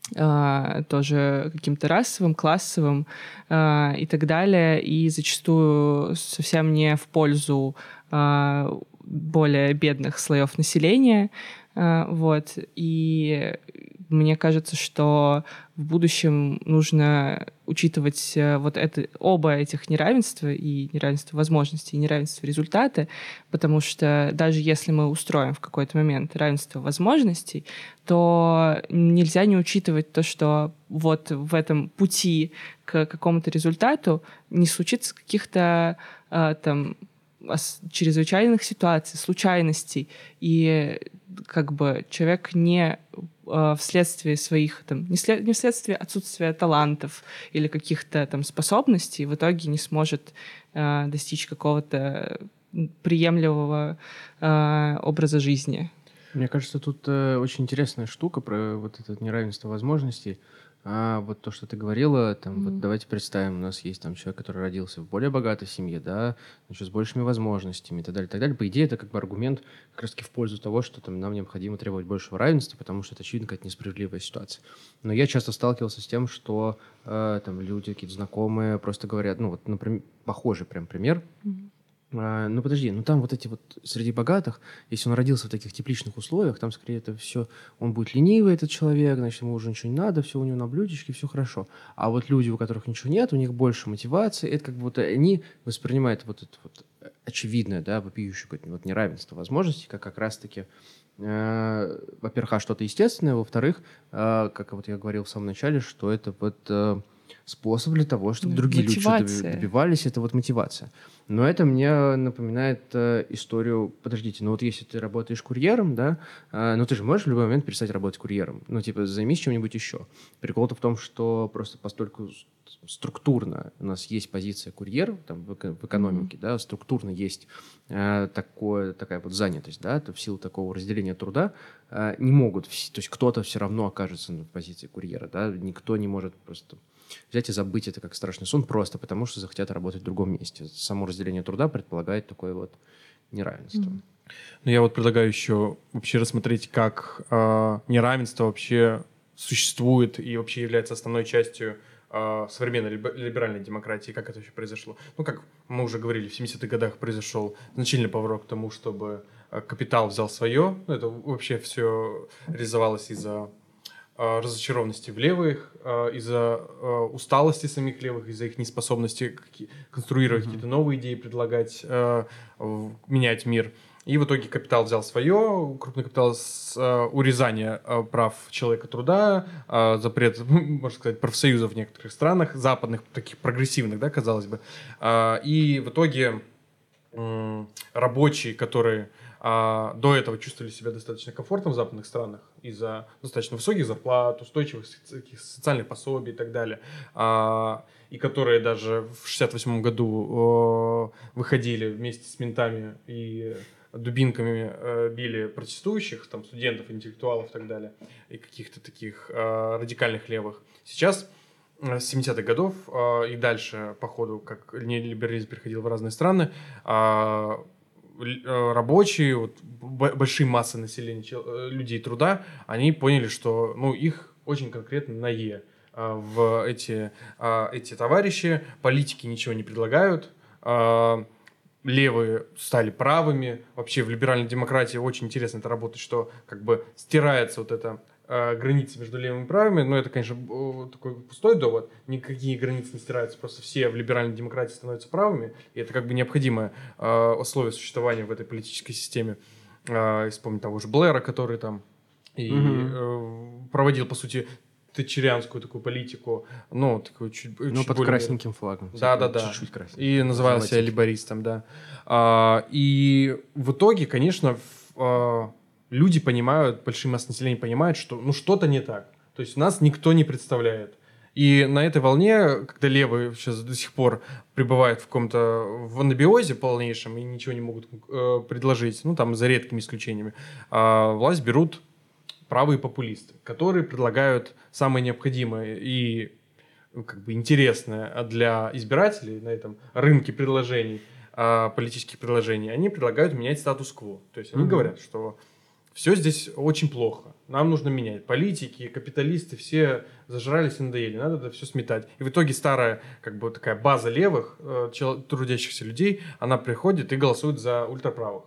Uh, тоже каким-то расовым, классовым uh, и так далее, и зачастую совсем не в пользу uh, более бедных слоев населения. Uh, вот. И мне кажется, что в будущем нужно учитывать вот это, оба этих неравенства, и неравенство возможностей, и неравенство результата, потому что даже если мы устроим в какой-то момент равенство возможностей, то нельзя не учитывать то, что вот в этом пути к какому-то результату не случится каких-то э, там чрезвычайных ситуаций, случайностей, и как бы человек не э, вследствие своих, там, не, след, не вследствие отсутствия талантов или каких-то там способностей в итоге не сможет э, достичь какого-то приемлемого э, образа жизни. Мне кажется, тут э, очень интересная штука про вот это неравенство возможностей. А вот то, что ты говорила, там, mm-hmm. вот давайте представим, у нас есть там человек, который родился в более богатой семье, да, значит, с большими возможностями и так далее, и так далее. По идее, это как бы аргумент как раз-таки в пользу того, что там, нам необходимо требовать большего равенства, потому что это, очевидно, какая-то несправедливая ситуация. Но я часто сталкивался с тем, что э, там люди, какие-то знакомые просто говорят, ну вот, например, похожий прям пример. Mm-hmm. А, ну, подожди, ну там вот эти вот среди богатых, если он родился в таких тепличных условиях, там скорее это все, он будет ленивый, этот человек, значит, ему уже ничего не надо, все у него на блюдечке, все хорошо. А вот люди, у которых ничего нет, у них больше мотивации, это как бы вот они воспринимают вот это вот очевидное, да, вопиющее вот неравенство возможностей, как как раз-таки, э, во-первых, а что-то естественное, во-вторых, э, как вот я говорил в самом начале, что это вот... Э, способ для того, чтобы ну, другие мотивация. Люди добивались, это вот мотивация. Но это мне напоминает э, историю, подождите, ну вот если ты работаешь курьером, да, э, ну ты же можешь в любой момент перестать работать курьером, ну типа займись чем-нибудь еще. Прикол-то в том, что просто постольку структурно у нас есть позиция курьера там, в, в экономике, mm-hmm. да, структурно есть э, такое, такая вот занятость, да, то в силу такого разделения труда э, не могут, то есть кто-то все равно окажется в позиции курьера, да, никто не может просто... взять и забыть это как страшный сон просто потому, что захотят работать в другом месте. Само разделение труда предполагает такое вот неравенство. Mm-hmm. Ну, я вот предлагаю еще вообще рассмотреть, как э, неравенство вообще существует и вообще является основной частью э, современной либеральной демократии, как это вообще произошло. Ну, как мы уже говорили, в семидесятых годах произошел значительный поворот к тому, чтобы э, капитал взял свое. Ну, это вообще все реализовалось из-за разочарованности в левых, из-за усталости самих левых, из-за их неспособности конструировать mm-hmm. какие-то новые идеи, предлагать, менять мир. И в итоге капитал взял свое, крупный капитал с урезания прав человека труда, запрет, можно сказать, профсоюзов в некоторых странах, западных, таких прогрессивных, да, казалось бы. И в итоге рабочие, которые А, до этого чувствовали себя достаточно комфортно в западных странах из-за достаточно высоких зарплат, устойчивых социальных пособий и так далее, а, и которые даже в шестьдесят восьмом году о, выходили вместе с ментами и дубинками э, били протестующих, там, студентов, интеллектуалов и так далее, и каких-то таких э, радикальных левых. Сейчас с семидесятых годов э, и дальше, по ходу, как либерализм переходил в разные страны, э, рабочие, вот, большие массы населения, людей труда, они поняли, что ну, их очень конкретно на «е». В эти, эти товарищи, политики ничего не предлагают, левые стали правыми. Вообще в либеральной демократии очень интересно это работает, что как бы стирается вот эта э, граница между левыми и правыми. Но это, конечно, такой пустой довод. Никакие границы не стираются. Просто все в либеральной демократии становятся правыми. И это как бы необходимое э, условие существования в этой политической системе. Э, вспомнить того же Блэра, который там и mm-hmm. э, проводил, по сути, тэтчерианскую такую политику, ну, такую чуть, ну чуть под более... красненьким флагом. Да, да, да. Чуть-чуть красненьким. И называл себя лейбористом, да. А, и в итоге, конечно, в, а, люди понимают, большая масса населения понимает, что ну что-то не так. То есть нас никто не представляет. И на этой волне, когда левые сейчас до сих пор пребывают в каком-то в анабиозе полнейшем и ничего не могут э, предложить, ну, там, за редкими исключениями, э, власть берут правые популисты, которые предлагают самое необходимое и ну, как бы интересное для избирателей на этом рынке предложений, э, политических предложений. Они предлагают менять статус-кво. То есть они mm-hmm. говорят, что все здесь очень плохо, нам нужно менять. Политики, капиталисты все зажрались и надоели, надо это все сметать. И в итоге старая как бы такая база левых, э, трудящихся людей, она приходит и голосует за ультраправых.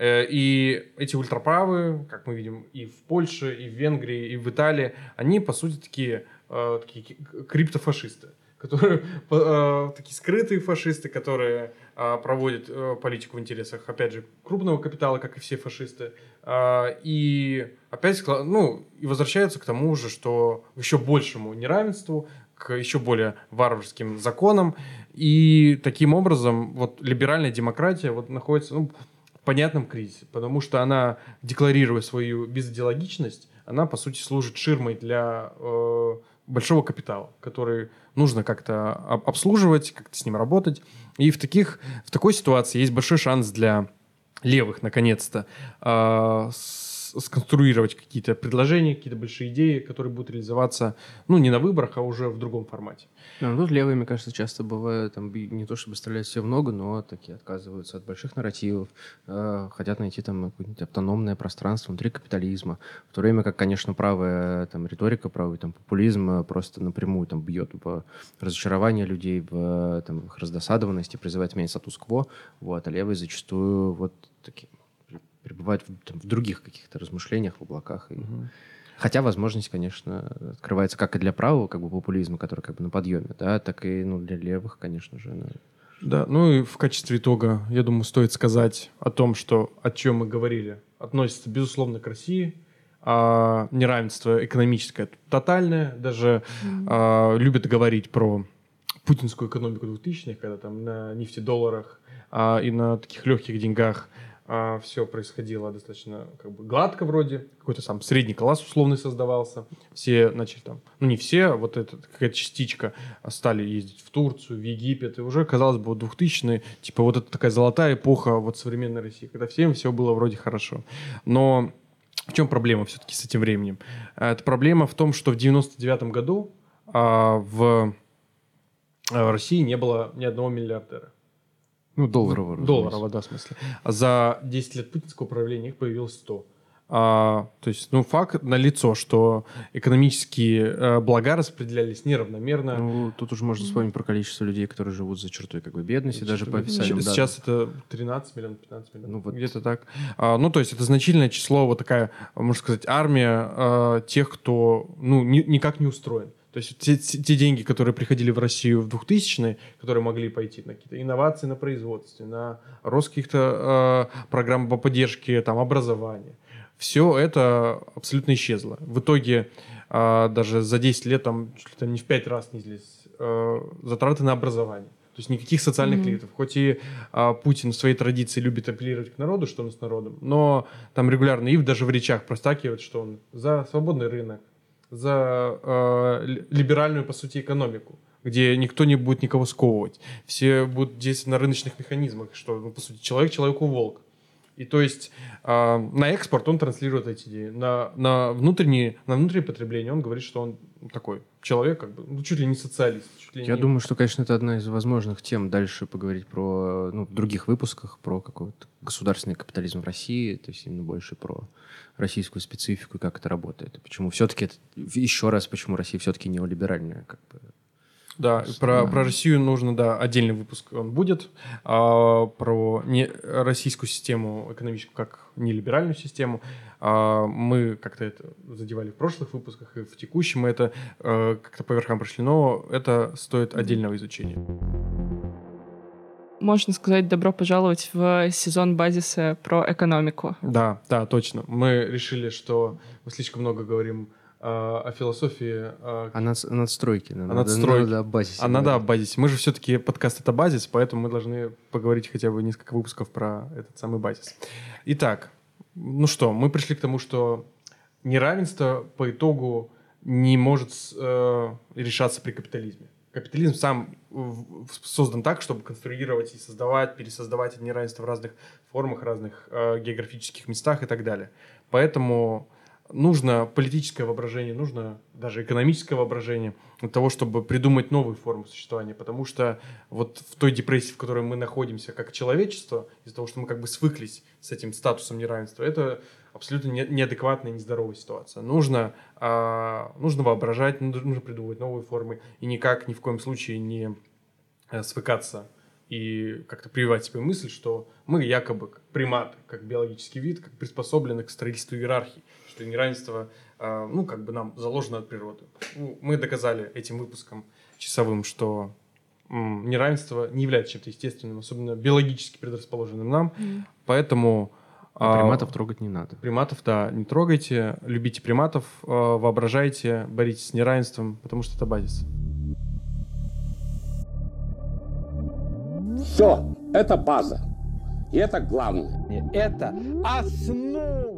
И эти ультраправые, как мы видим и в Польше, и в Венгрии, и в Италии, они, по сути, такие, э, такие криптофашисты, которые, э, такие скрытые фашисты, которые э, проводят э, политику в интересах, опять же, крупного капитала, как и все фашисты. Э, и опять, ну, и возвращаются к тому же, что к еще большему неравенству, к еще более варварским законам. И таким образом вот либеральная демократия вот находится... Ну, понятном кризисе, потому что она, декларируя свою безидеологичность, она, по сути, служит ширмой для э, большого капитала, который нужно как-то обслуживать, как-то с ним работать. И в, таких, в такой ситуации есть большой шанс для левых, наконец-то, э, сконструировать какие-то предложения, какие-то большие идеи, которые будут реализоваться, ну, не на выборах, а уже в другом формате. Да, ну, тут левые, мне кажется, часто бывают, там, не то чтобы стрелять все в ногу, но такие отказываются от больших нарративов, э, хотят найти там какое-нибудь автономное пространство внутри капитализма, в то время как, конечно, правая там, риторика, правый там, популизм просто напрямую там, бьет в разочарование людей, в там, их раздосадованность и призывает менять статус-кво, вот, а левые зачастую вот такие пребывают в, там, в других каких-то размышлениях, в облаках. И... Угу. Хотя возможность, конечно, открывается как и для правого как бы, популизма, который как бы на подъеме, да, так и ну, для левых, конечно же. Да. Да, ну и в качестве итога, я думаю, стоит сказать о том, что о чем мы говорили, относится, безусловно, к России. А неравенство экономическое тотальное. Даже mm-hmm. а, любят говорить про путинскую экономику двухтысячных, когда там на нефтедолларах а, и на таких легких деньгах а, все происходило достаточно как бы гладко вроде. Какой-то сам средний класс условный создавался. Все начали там, ну не все, вот эта какая-то частичка стали ездить в Турцию, в Египет. И уже, казалось бы, вот двухтысячные, типа вот это такая золотая эпоха вот современной России, когда всем все было вроде хорошо. Но в чем проблема все-таки с этим временем? Это проблема в том, что в девяносто девятом году а, в, в России не было ни одного миллиардера. Ну, долларово. Долларово, да, в смысле. А за десять лет путинского правления их появилось сто. А, то есть, ну, факт налицо, что экономические э, блага распределялись неравномерно. Ну, тут уже можно вспомнить про количество людей, которые живут за чертой как бы бедности, даже по официальным данным. Сейчас это тринадцать миллионов, пятнадцать миллионов, ну, вот. Где-то так. А, ну, то есть, это значительное число, вот такая, можно сказать, армия э, тех, кто, ну, ни, никак не устроен. То есть те, те деньги, которые приходили в Россию в двухтысячные, которые могли пойти на какие-то инновации на производстве, на рост каких-то э, программ по поддержке там, образования, все это абсолютно исчезло. В итоге э, даже за десять лет там, чуть ли там не в пять раз снизились э, затраты на образование. То есть никаких социальных mm-hmm. кредитов. Хоть и э, Путин в своей традиции любит апеллировать к народу, что он с народом, но там регулярно и даже в речах простакивает, что он за свободный рынок, за э, либеральную, по сути, экономику, где никто не будет никого сковывать. Все будут действовать на рыночных механизмах, что, ну, по сути, человек человеку волк. И то есть э, на экспорт он транслирует эти идеи. На, на, внутреннее, на внутреннее потребление он говорит, что он такой человек, как бы, ну, чуть ли не социалист. Чуть ли Я не... думаю, что, конечно, это одна из возможных тем дальше поговорить про, ну, в других выпусках, про какой-то государственный капитализм в России, то есть именно больше про российскую специфику, как это работает. И почему все-таки, это, еще раз, почему Россия все-таки неолиберальная, как бы. Да, про, про Россию нужно, да, отдельный выпуск он будет, а, про не, российскую систему экономическую как нелиберальную систему. А, мы как-то это задевали в прошлых выпусках, и в текущем мы это а, как-то по верхам прошли, но это стоит отдельного изучения. Можно сказать, добро пожаловать в сезон базиса про экономику. Да, да, точно. Мы решили, что мы слишком много говорим о философии. О, о надстройке. О надстройке. Надо о базисе. А надо о базисе. Мы же все-таки подкаст — это базис, поэтому мы должны поговорить хотя бы несколько выпусков про этот самый базис. Итак, ну что, мы пришли к тому, что неравенство по итогу не может э, решаться при капитализме. Капитализм сам создан так, чтобы конструировать и создавать, пересоздавать это неравенство в разных формах, разных э, географических местах и так далее. Поэтому нужно политическое воображение, нужно даже экономическое воображение для того, чтобы придумать новые формы существования, потому что вот в той депрессии, в которой мы находимся как человечество, из-за того, что мы как бы свыклись с этим статусом неравенства, это абсолютно не, неадекватная, нездоровая ситуация. Нужно, а, нужно воображать, нужно придумывать новые формы и никак, ни в коем случае не а, свыкаться и как-то прививать себе мысль, что мы якобы как приматы, как биологический вид, как приспособлены к строительству иерархии, что неравенство, э, ну, как бы нам заложено от природы. Ну, мы доказали этим выпуском часовым, что м, неравенство не является чем-то естественным, особенно биологически предрасположенным нам, mm. поэтому... А приматов трогать не надо. Приматов, да, не трогайте, любите приматов, э, воображайте, боритесь с неравенством, потому что это базис. Все, это база. И это главное. Это основа.